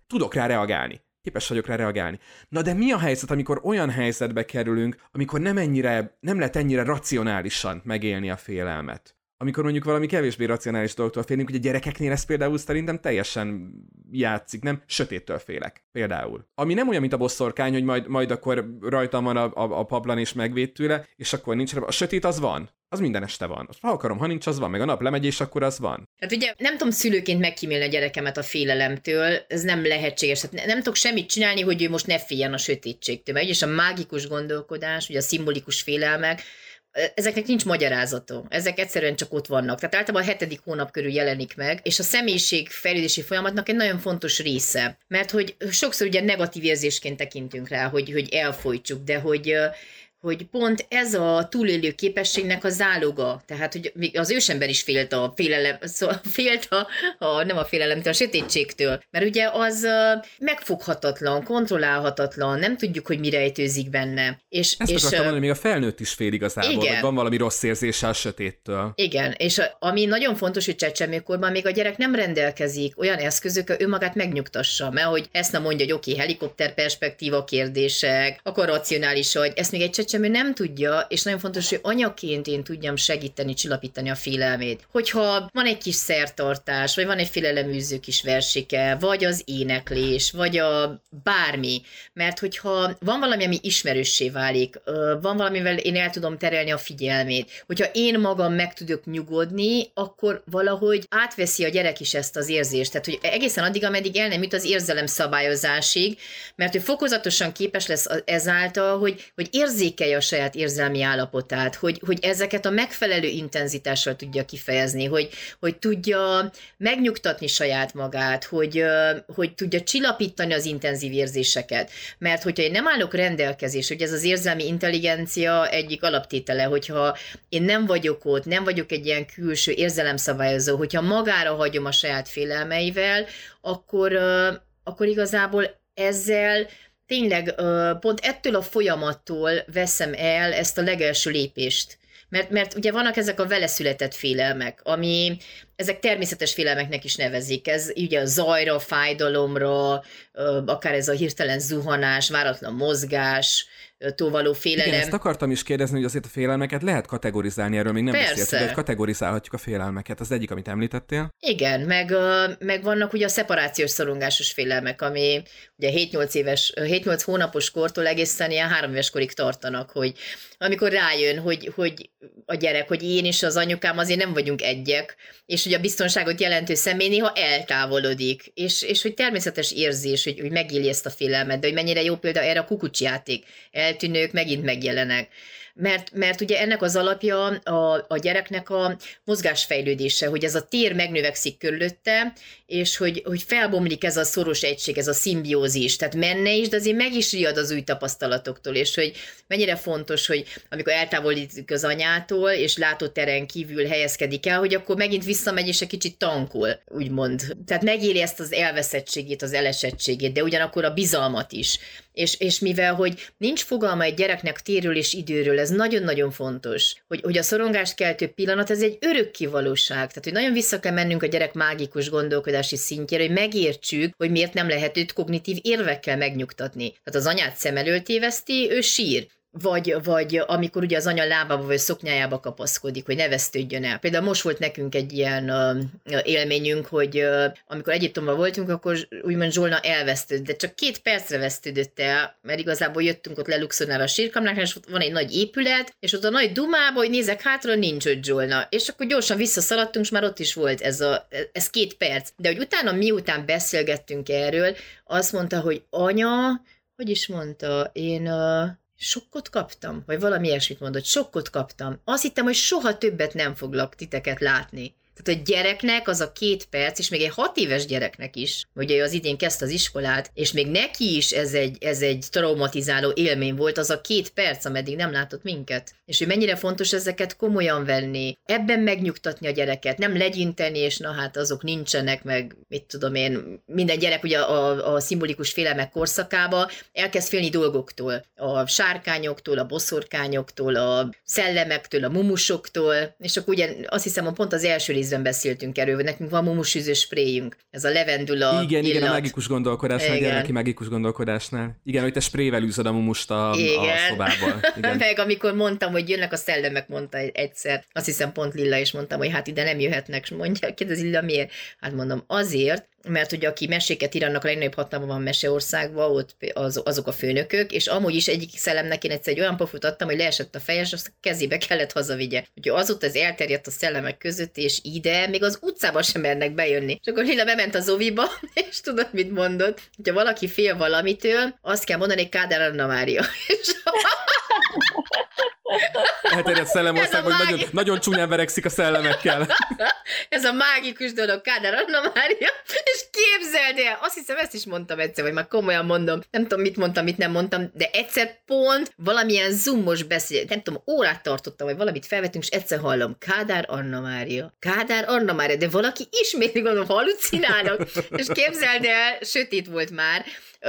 tudok rá reagálni. Képes vagyok rá reagálni. Na de mi a helyzet, amikor olyan helyzetbe kerülünk, amikor nem ennyire, nem lehet ennyire racionálisan megélni a félelmet? Amikor mondjuk valami kevésbé racionális dolgtól félünk, ugye a gyerekeknél ez például szerintem teljesen játszik, nem? Sötéttől félek, például. Ami nem olyan, mint a bosszorkány, hogy majd, majd akkor rajtam van a, a, a paplan és megvéd tőle, és akkor nincs. A sötét az van. Az minden este van. Ha akarom, ha nincs, az van. Meg a nap lemegy, és akkor az van.
Hát ugye nem tudom szülőként megkímélni a gyerekemet a félelemtől, ez nem lehetséges. Hát nem, nem tudok semmit csinálni, hogy ő most ne féljen a sötétségtől. És a mágikus gondolkodás, ugye a szimbolikus félelmek, ezeknek nincs magyarázata. Ezek egyszerűen csak ott vannak. Tehát általában a hetedik hónap körül jelenik meg, és a személyiség fejlődési folyamatnak egy nagyon fontos része. Mert hogy sokszor ugye negatív érzésként tekintünk rá, hogy, hogy elfolytsuk, de hogy hogy pont ez a túlélő képességnek a záloga. Tehát, hogy az ősember is félt a félelem, szóval félt a, a nem a félelemtől, a sötétségtől. Mert ugye az megfoghatatlan, kontrollálhatatlan, nem tudjuk, hogy mi rejtőzik benne. És,
Ezt
és,
akartam mondani, még a felnőtt is fél igazából,
igen.
Hogy van valami rossz érzése a sötéttől.
Igen, és ami nagyon fontos, hogy csecsemőkorban még a gyerek nem rendelkezik olyan eszközökkel, ő magát megnyugtassa, mert hogy ezt nem mondja, hogy oké, okay, helikopter perspektíva kérdések, akkor racionális vagy, ezt még egy csecsemő nem tudja, és nagyon fontos, hogy anyaként én tudjam segíteni, csillapítani a félelmét. Hogyha van egy kis szertartás, vagy van egy féleleműző kis versike, vagy az éneklés, vagy a bármi, mert hogyha van valami, ami ismerőssé válik, van valamivel én el tudom terelni a figyelmét, hogyha én magam meg tudok nyugodni, akkor valahogy átveszi a gyerek is ezt az érzést. Tehát, hogy egészen addig, ameddig el nem jut az érzelem szabályozásig, mert ő fokozatosan képes lesz ezáltal, hogy, hogy érzékelje a saját érzelmi állapotát, hogy, hogy ezeket a megfelelő intenzitással tudja kifejezni, hogy, hogy tudja megnyugtatni saját magát, hogy, hogy tudja csillapítani az intenzív érzéseket. Mert hogyha én nem állok rendelkezés, hogy ez az érzelmi intelligencia egyik alaptétele, hogyha én nem vagyok ott, nem vagyok egy ilyen külső érzelemszabályozó, hogyha magára hagyom a saját félelmeivel, akkor, akkor igazából ezzel tényleg pont ettől a folyamattól veszem el ezt a legelső lépést. Mert, mert ugye vannak ezek a veleszületett félelmek, ami ezek természetes félelmeknek is nevezik. Ez ugye a zajra, fájdalomra, akár ez a hirtelen zuhanás, váratlan mozgás, való félelem.
Igen, ezt akartam is kérdezni, hogy azért a félelmeket lehet kategorizálni, erről még nem beszéltünk, de kategorizálhatjuk a félelmeket. Az egyik, amit említettél.
Igen, meg, meg vannak ugye a szeparációs szorongásos félelmek, ami ugye hét-nyolc éves, hét-nyolc hónapos kortól egészen ilyen három éves korig tartanak, hogy amikor rájön, hogy, hogy a gyerek, hogy én és az anyukám azért nem vagyunk egyek, és hogy a biztonságot jelentő személy néha eltávolodik, és, és hogy természetes érzés, hogy, hogy megéli ezt a félelmet, de hogy mennyire jó példa erre a kukucsjáték. Eltűnők megint megjelenek. Mert, mert ugye ennek az alapja a, a gyereknek a mozgásfejlődése, hogy ez a tér megnövekszik körülötte, és hogy, hogy felbomlik ez a szoros egység, ez a szimbiózis, tehát menne is, de azért meg is riad az új tapasztalatoktól, és hogy mennyire fontos, hogy amikor eltávolodik az anyától, és látóteren kívül helyezkedik el, hogy akkor megint visszamegy, és egy kicsit tankol, úgymond. Tehát megéli ezt az elveszettségét, az elesettségét, de ugyanakkor a bizalmat is. És, és mivel, hogy nincs fogalma egy gyereknek térről és időről, ez nagyon-nagyon fontos, hogy, hogy a szorongást keltő pillanat, ez egy örökké valóság. Tehát, hogy nagyon vissza kell mennünk a gyerek mágikus gondolkodási szintjére, hogy megértsük, hogy miért nem lehet őt kognitív érvekkel megnyugtatni. Tehát az anyát szem elől téveszti, ő sír. Vagy, vagy amikor ugye az anya lábába vagy szoknyájába kapaszkodik, hogy ne vesztődjön el. Például most volt nekünk egy ilyen uh, élményünk, hogy uh, amikor Egyiptomban voltunk, akkor úgymond Zsolna elvesztődött, de csak két percre vesztődött el, mert igazából jöttünk ott leluxornára a sírkamráknál, és ott van egy nagy épület, és ott a nagy dumába, hogy nézek hátra, nincs ott Zsolna. És akkor gyorsan visszaszaladtunk, és már ott is volt ez, a, ez két perc. De hogy utána, miután beszélgettünk erről, azt mondta, hogy anya, hogy is mondta, én... Uh, sokkot kaptam? Vagy valami ilyesmit mondott, sokkot kaptam. Azt hittem, hogy soha többet nem foglak titeket látni. Tehát a gyereknek az a két perc, és még egy hat éves gyereknek is, ugye az idén kezdte az iskolát, és még neki is ez egy, ez egy traumatizáló élmény volt, az a két perc, ameddig nem látott minket. És hogy mennyire fontos ezeket komolyan venni, ebben megnyugtatni a gyereket, nem legyinteni, és na hát azok nincsenek, meg mit tudom én, minden gyerek ugye a, a szimbolikus félelmek korszakába elkezd félni dolgoktól, a sárkányoktól, a boszorkányoktól, a szellemektől, a mumusoktól, és akkor ugye azt hiszem, hogy pont az első rész ízben beszéltünk erről, nekünk van mumusűző spréjünk, ez a levendula
Igen,
illat.
igen, a magikus gondolkodásnál, igen, neki magikus gondolkodásnál. Igen, hogy te sprével űzöd a mumust a, a szobából. Igen.
Meg amikor mondtam, hogy jönnek a szellemek, mondta egyszer, azt hiszem pont Lilla is mondtam, hogy hát ide nem jöhetnek, és mondja, kérdezi Lilla, miért? Hát mondom, azért, mert hogy aki meséket íranak, a legnagyobb hatalma van Meseországban, ott az, azok a főnökök, és amúgy is egyik szellemnek én egyszer egy olyan pofut adtam, hogy leesett a fejes, azt a kezébe kellett hazavigye. Úgyhogy azóta ez elterjedt a szellemek között, és ide még az utcában sem mernek bejönni. És akkor Lilla bement az oviba, és tudod, mit mondott? Hogyha valaki fél valamitől, azt kell mondani, hogy Kádár Anna Mária.
Elterjedt szellemországban, hogy nagyon, nagyon csúnyán verekszik a szellemekkel.
Ez a mágikus dolog, Kádár Anna Mária, és képzeld el, azt hiszem, ezt is mondtam egyszer, vagy már komolyan mondom, nem tudom, mit mondtam, mit nem mondtam, de egyszer pont valamilyen zoomos beszél, nem tudom, órát tartottam, vagy valamit felvettünk, és egyszer hallom, Kádár Anna Mária, Kádár Anna Mária, de valaki ismétli, gondolom, hallucinálnak, és képzeld el, sötét volt már,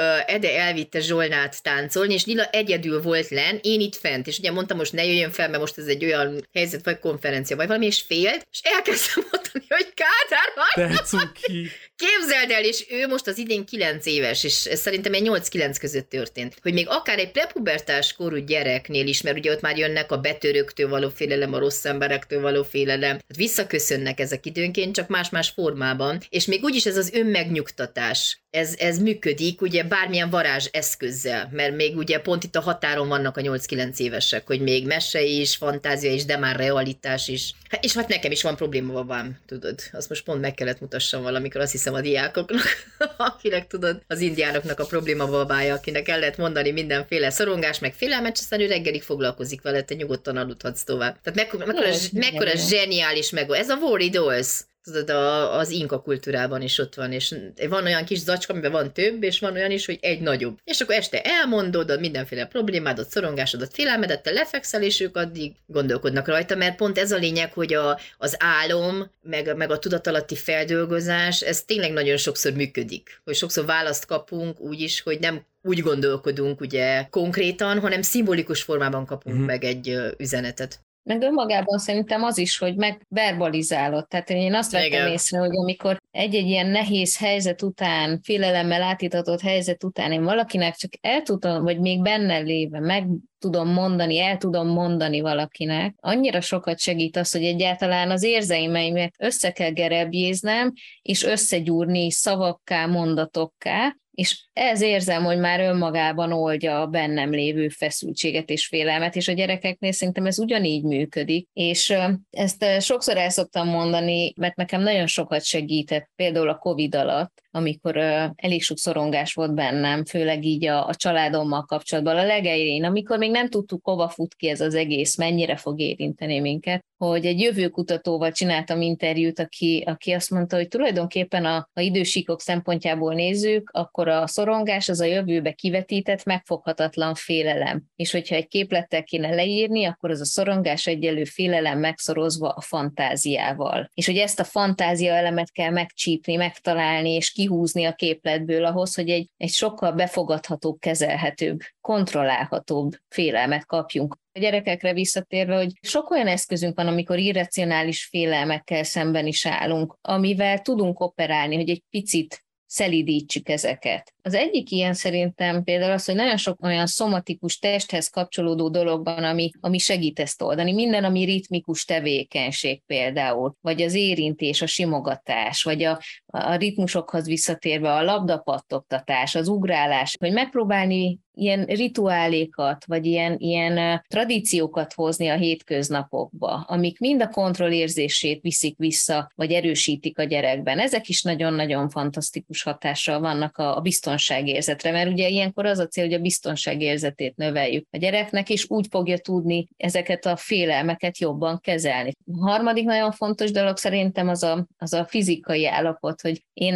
Ede elvitte Zsolnát táncolni, és Lila egyedül volt len, én itt fent, és ugye mondtam, most ne jöjjön fel, mert most ez egy olyan helyzet, vagy konferencia, vagy valami, és félt, és elkezdtem mondani, hogy Kádár Anna.
De cuki.
Képzeld el, és ő most az idén kilenc éves, és ez szerintem egy nyolc-kilenc között történt, hogy még akár egy prepubertás korú gyereknél is, mert ugye ott már jönnek a betörőktől való félelem, a rossz emberektől való félelem, tehát visszaköszönnek ezek időnként, csak más-más formában, és még úgyis ez az önmegnyugtatás, ez, ez működik, ugye bármilyen varázs eszközzel, mert még ugye pont itt a határon vannak a nyolc-kilenc évesek, hogy még mese is, fantázia is, de már realitás is. Hát, és hát nekem is van probléma babám, tudod, azt most pont meg kellett mutassam valamikor, azt hiszem a diákoknak, akinek tudod, az indiánoknak a probléma babája, akinek el lehet mondani mindenféle szorongás, meg félelmet, és aztán ő reggelig foglalkozik vele, te nyugodtan aludhatsz tovább. Tehát mekkora, mekkora, mekkora zseniális meg, ez a Worry Dolls. Tudod, a, az inka kultúrában is ott van, és van olyan kis zacska, amiben van több, és van olyan is, hogy egy nagyobb. És akkor este elmondod a mindenféle problémádat, szorongásodat, félelmedet, te lefekszel, és ők addig gondolkodnak rajta, mert pont ez a lényeg, hogy a, az álom, meg, meg a tudatalatti feldolgozás, ez tényleg nagyon sokszor működik. Hogy sokszor választ kapunk úgy is, hogy nem úgy gondolkodunk ugye konkrétan, hanem szimbolikus formában kapunk mm-hmm. meg egy uh, üzenetet.
Meg önmagában szerintem az is, hogy megverbalizálod. Tehát én azt vettem Igen. észre, hogy amikor egy-egy ilyen nehéz helyzet után, félelemmel átítatott helyzet után én valakinek csak el tudom, vagy még benne léve meg tudom mondani, el tudom mondani valakinek, annyira sokat segít az, hogy egyáltalán az érzelmeimet össze kell gerebjéznem, és összegyúrni szavakká, mondatokká, és ez érzem, hogy már önmagában oldja a bennem lévő feszültséget és félelmet, és a gyerekeknél szerintem ez ugyanígy működik, és ezt sokszor el szoktam mondani, mert nekem nagyon sokat segített, például a Covid alatt, amikor elég sok szorongás volt bennem, főleg így a, a családommal kapcsolatban, a legelején, amikor még nem tudtuk, hova fut ki ez az egész, mennyire fog érinteni minket, hogy egy jövőkutatóval csináltam interjút, aki, aki azt mondta, hogy tulajdonképpen a, a idősíkok szempontjából nézzük, akkor a szorongás az a jövőbe kivetített, megfoghatatlan félelem. És hogyha egy képlettel kéne leírni, akkor az a szorongás egyenlő félelem megszorozva a fantáziával. És hogy ezt a fantázia elemet kell megcsípni, megtalálni, és kihúzni a képletből ahhoz, hogy egy, egy sokkal befogadhatóbb, kezelhetőbb, kontrollálhatóbb félelmet kapjunk. A gyerekekre visszatérve, hogy sok olyan eszközünk van, amikor irracionális félelmekkel szemben is állunk, amivel tudunk operálni, hogy egy picit szelídítsük ezeket. Az egyik ilyen szerintem például az, hogy nagyon sok olyan szomatikus testhez kapcsolódó dolog van, ami, ami segít ezt oldani. Minden, ami ritmikus tevékenység például, vagy az érintés, a simogatás, vagy a, a ritmusokhoz visszatérve a labdapattogtatás, az ugrálás, hogy megpróbálni ilyen rituálékat, vagy ilyen, ilyen tradíciókat hozni a hétköznapokba, amik mind a kontrollérzését viszik vissza, vagy erősítik a gyerekben. Ezek is nagyon-nagyon fantasztikus hatással vannak a, a biztonságérzetre, mert ugye ilyenkor az a cél, hogy a biztonságérzetét növeljük a gyereknek, és úgy fogja tudni ezeket a félelmeket jobban kezelni. A harmadik nagyon fontos dolog szerintem az a, az a fizikai állapot, hogy én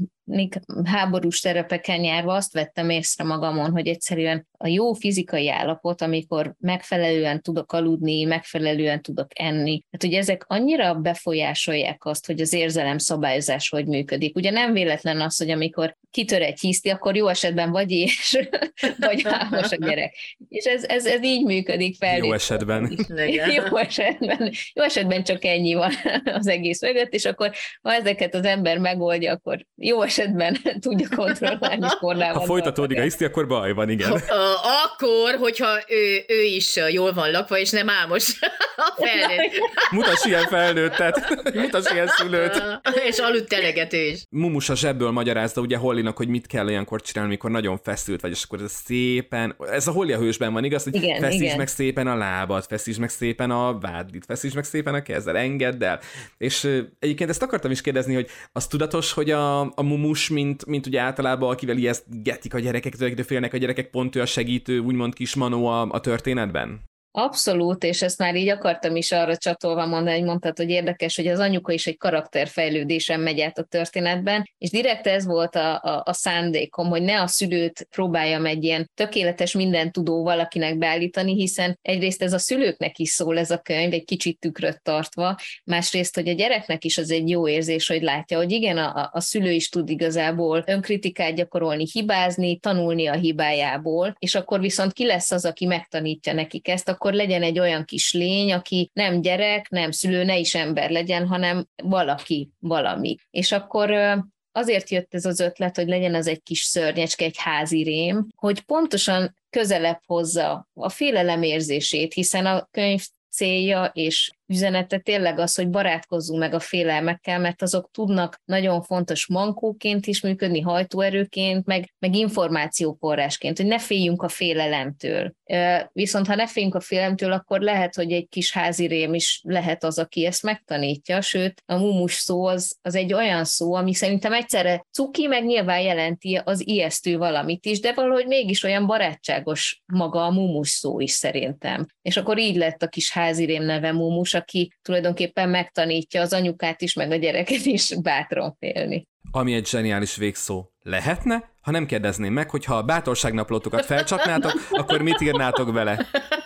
még háborús terepeken járva azt vettem észre magamon, hogy egyszerűen a jó fizikai állapot, amikor megfelelően tudok aludni, megfelelően tudok enni, hát ugye ezek annyira befolyásolják azt, hogy az érzelemszabályozás hogy működik. Ugye nem véletlen az, hogy amikor kitör egy hiszti, akkor jó esetben vagy és, vagy álmos a gyerek. És ez, ez, ez így működik fel.
Jó esetben.
Jó esetben. Jó esetben csak ennyi van az egész mögött, és akkor ha ezeket az ember megoldja, akkor jó esetben tudja kontrollálni formában.
Ha folytatódik a hiszti, akkor baj van, igen.
Akkor, hogyha ő, ő is jól van lakva, és nem álmos a felnőtt.
Mutass ilyen felnőttet, mutass ilyen szülőt.
És aludt eleget ő is.
Mumus a zsebből magyarázta ugye Hollynak, hogy mit kell olyankor csinálni, amikor nagyon feszült vagy, és akkor ez szépen, ez a Holly a hősben van, igaz, hogy igen, feszítsd igen. meg szépen a lábad, feszítsd meg szépen a vádlit, feszítsd meg szépen a kezzel, engedd el. És uh, egyébként ezt akartam is kérdezni, hogy az tudatos, hogy a, a mumus, mint, mint ugye általában, akivel ijesztgetik a gyerekek, de félnek a gyerekek, pont ő a segítő, úgymond kis manó a, a történetben?
Abszolút, és ezt már így akartam is arra csatolva mondani, hogy mondtad, hogy érdekes, hogy az anyuka is egy karakterfejlődésen megy át a történetben, és direkt ez volt a, a, a szándékom, hogy ne a szülőt próbáljam egy ilyen tökéletes mindentudó valakinek beállítani, hiszen egyrészt ez a szülőknek is szól ez a könyv, egy kicsit tükröt tartva, másrészt, hogy a gyereknek is az egy jó érzés, hogy látja, hogy igen, a, a szülő is tud igazából önkritikát gyakorolni, hibázni, tanulni a hibájából, és akkor viszont ki lesz az, aki megtanítja nekik ezt, akkor legyen egy olyan kis lény, aki nem gyerek, nem szülő, ne is ember legyen, hanem valaki, valami. És akkor azért jött ez az ötlet, hogy legyen az egy kis szörnyecske, egy házi rém, hogy pontosan közelebb hozza a félelem érzését, hiszen a könyv célja és üzenete tényleg az, hogy barátkozzunk meg a félelmekkel, mert azok tudnak nagyon fontos mankóként is működni, hajtóerőként, meg, meg információforrásként, hogy ne féljünk a félelemtől. Viszont ha ne féljünk a félelemtől, akkor lehet, hogy egy kis házi rém is lehet az, aki ezt megtanítja, sőt, a mumus szó az, az egy olyan szó, ami szerintem egyszerre cuki, meg nyilván jelenti az ijesztő valamit is, de valahogy mégis olyan barátságos maga a mumus szó is szerintem. És akkor így lett a kis házirém neve Mumus, aki tulajdonképpen megtanítja az anyukát is, meg a gyereket is bátran félni.
Ami egy zseniális végszó. Lehetne, ha nem kérdezném meg, hogyha a bátorságnaplótokat felcsapnátok, akkor mit írnátok vele?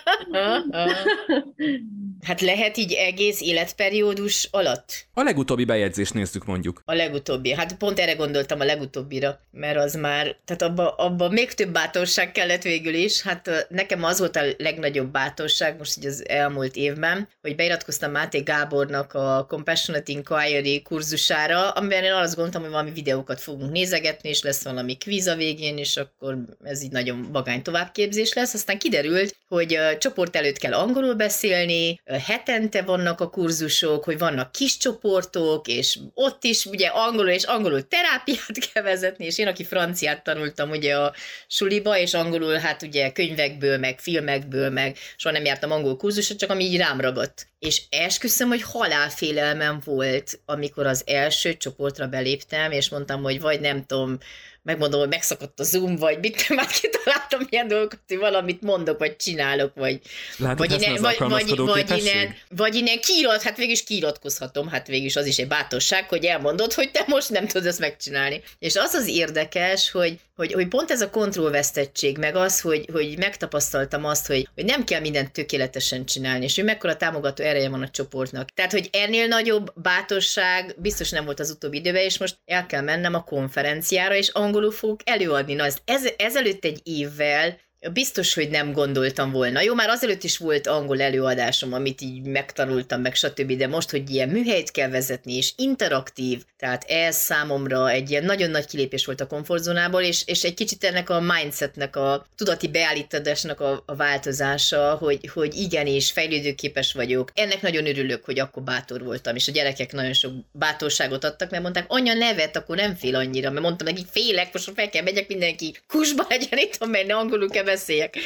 Hát lehet így egész életperiódus alatt?
A legutóbbi bejegyzést nézzük mondjuk.
A legutóbbi. Hát pont erre gondoltam, a legutóbbira, mert az már, tehát abban abba még több bátorság kellett végül is. Hát nekem az volt a legnagyobb bátorság most így az elmúlt évben, hogy beiratkoztam Máté Gábornak a Compassionate Inquiry kurzusára, amiben én azt gondoltam, hogy valami videókat fogunk nézegetni, és lesz valami kvíz a végén, és akkor ez így nagyon vagány továbbképzés lesz. Aztán kiderült, hogy csoport előtt kell angolul beszélni, hetente vannak a kurzusok, hogy vannak kis csoportok, és ott is ugye angolul és angolul terápiát kell vezetni, és én, aki franciát tanultam ugye a suliba, és angolul hát ugye könyvekből, meg filmekből, meg soha nem jártam angol kurzusra, csak ami így rám ragadt. És esküszöm, hogy halálfélelmem volt, amikor az első csoportra beléptem, és mondtam, hogy vagy nem tudom, megmondom, hogy megszakadt a Zoom, vagy mit, már kitaláltam ilyen dolgokat, hogy valamit mondok, vagy csinálok, vagy
Látod,
vagy innen, vagy, vagy, vagy, innen, vagy innen kiirat, hát végül is kiiratkozhatom, hát végül is az is egy bátorság, hogy elmondod, hogy te most nem tudod ezt megcsinálni. És az az érdekes, hogy, hogy, hogy pont ez a kontrollvesztettség, meg az, hogy, hogy megtapasztaltam azt, hogy, hogy nem kell mindent tökéletesen csinálni, és hogy mekkora támogató ereje van a csoportnak. Tehát, hogy ennél nagyobb bátorság biztos nem volt az utóbbi időben, és most el kell mennem a konferenciára, és angolul fogok előadni. Na, ez, ezelőtt egy évvel biztos, hogy nem gondoltam volna. Jó, már azelőtt is volt angol előadásom, amit így megtanultam, meg stb., de most, hogy ilyen műhelyt kell vezetni, és interaktív, tehát ez számomra egy ilyen nagyon nagy kilépés volt a komfortzónából, és, és egy kicsit ennek a mindsetnek, a tudati beállításnak a, a változása, hogy, hogy igenis, fejlődőképes vagyok. Ennek nagyon örülök, hogy akkor bátor voltam, és a gyerekek nagyon sok bátorságot adtak, mert mondták, anya nevet, akkor nem fél annyira, mert mondtam nekik, félek, most fel kell megyek, mindenki kusba legyen itt, mert angolul kell beszéljek.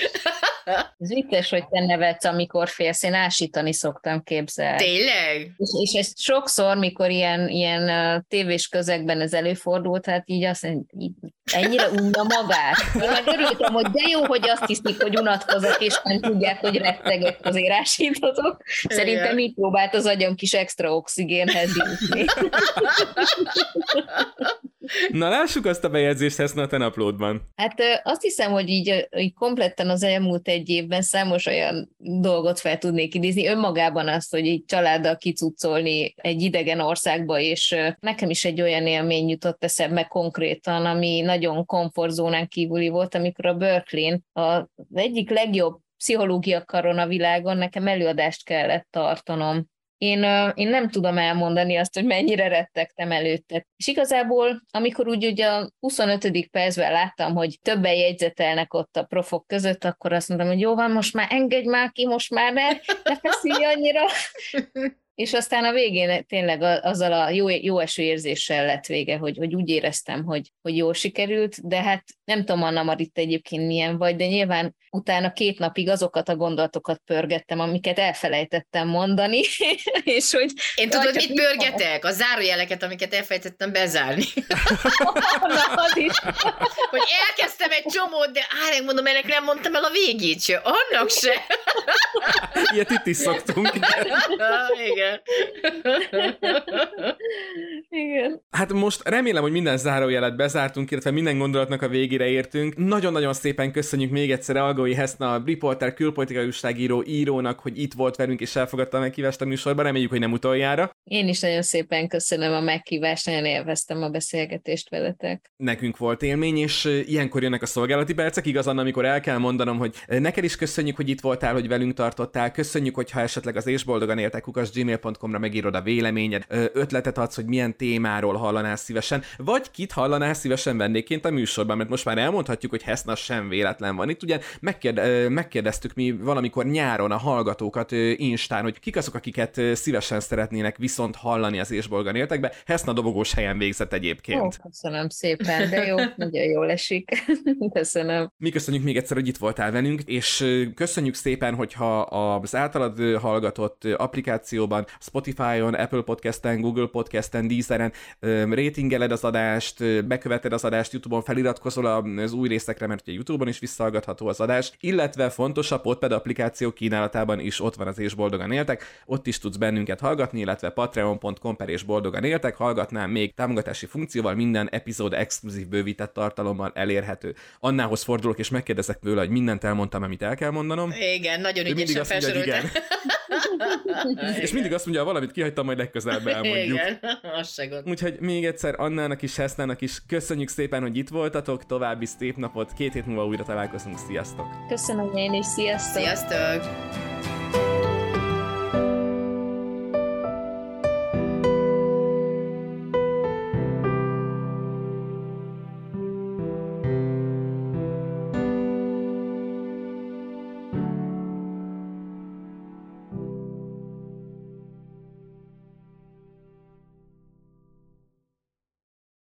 Ez vicces, hogy te nevetsz, amikor félsz, én ásítani szoktam, képzelni.
Tényleg?
És, és ez sokszor, mikor ilyen, ilyen tévés közegben ez előfordult, hát így azt mondja, ennyire unna magát. Én meg örültem, hogy de jó, hogy azt hiszik, hogy unatkozok, és nem tudják, hogy rettegek, azért ásítatok. Szerintem így próbált az agyam kis extra oxigénhez jutni.
Na lássuk azt a bejegyzést Heszna a te naplódban.
Hát azt hiszem, hogy így, így kompletten az elmúlt egy évben számos olyan dolgot fel tudnék idézni. Önmagában azt, hogy így családdal kicuccolni egy idegen országba, és nekem is egy olyan élmény jutott eszembe konkrétan, ami nagyon komfortzónán kívüli volt, amikor a Berkeley-n az egyik legjobb pszichológia karon a világon nekem előadást kellett tartanom. Én, én nem tudom elmondani azt, hogy mennyire rettegtem előtte. És igazából, amikor úgy ugye a huszonötödik percben láttam, hogy többen jegyzetelnek ott a profok között, akkor azt mondtam, hogy jó van, most már engedj már ki, most már ne, ne feszülj annyira. És aztán a végén tényleg azzal a jó, jó eső érzéssel lett vége, hogy, hogy úgy éreztem, hogy, hogy jól sikerült, de hát nem tudom, Anna Marit egyébként milyen vagy, de nyilván utána két napig azokat a gondolatokat pörgettem, amiket elfelejtettem mondani, és hogy...
Én tudod, mit pörgetek? A zárójeleket, amiket elfelejtettem bezárni. Hogy elkezdtem egy csomót, de á, mondom, ennek nem mondtam el a végét se, annak se.
Ilyet itt is szoktunk.
Igen.
Igen.
Hát most remélem, hogy minden zárójelet bezártunk, illetve minden gondolatnak a végére értünk. Nagyon-nagyon szépen köszönjük még egyszer Algói Heszna, riporter, külpolitikai újságíró, írónak, hogy itt volt velünk és elfogadta a meghívást a műsorban. Reméljük, hogy nem utoljára.
Én is nagyon szépen köszönöm a meghívást, nagyon élveztem a beszélgetést veletek.
Nekünk volt élmény, és ilyenkor jönnek a szolgálati percek, igazán, amikor el kell mondanom, hogy neked is köszönjük, hogy itt voltál, hogy velünk tartottál. Köszönjük, hogyha esetleg az és boldogan éltek kukac gmail pont com-ra megírod a véleményed, ötletet adsz, hogy milyen témáról hallanál szívesen, vagy kit hallanál szívesen vendégként a műsorban, mert most már elmondhatjuk, hogy Heszna sem véletlen van itt. Ugye megkérde, megkérdeztük mi valamikor nyáron a hallgatókat Instán, hogy kik azok, akiket szívesen szeretnének viszont hallani az és boldogan éltekbe. Heszna dobogós helyen végzett egyébként.
Ó, köszönöm szépen, de jó, nagyon jól esik. Köszönöm.
Mi köszönjük még egyszer, hogy itt voltál velünk, és köszönjük szépen, hogyha az általad hallgatott applikációban, Spotify-on, Apple Podcasten, Google Podcasten, Deezeren ratingeled az adást, beköveted az adást, YouTube-on feliratkozol az új részekre, mert ugye YouTube-on is visszahallgatható az adás, illetve fontos, a Podpad applikáció kínálatában is ott van az és boldogan éltek, ott is tudsz bennünket hallgatni, illetve patreon pont com per és boldogan éltek, hallgatnám még támogatási funkcióval, minden epizód exkluzív bővített tartalommal elérhető. Annához fordulok, és megkérdezek tőle, hogy mindent elmondtam, amit el kell mondanom.
Igen, nagyon ügyesen felsoroltál.
És mindig azt mondja, valamit kihagytam, majd legközelebb elmondjuk.
Igen, az se gond.
Úgyhogy még egyszer Annának is, Hesznának is köszönjük szépen, hogy itt voltatok, további szép napot, két hét múlva újra találkozunk, sziasztok!
Köszönöm én is, sziasztok!
Sziasztok!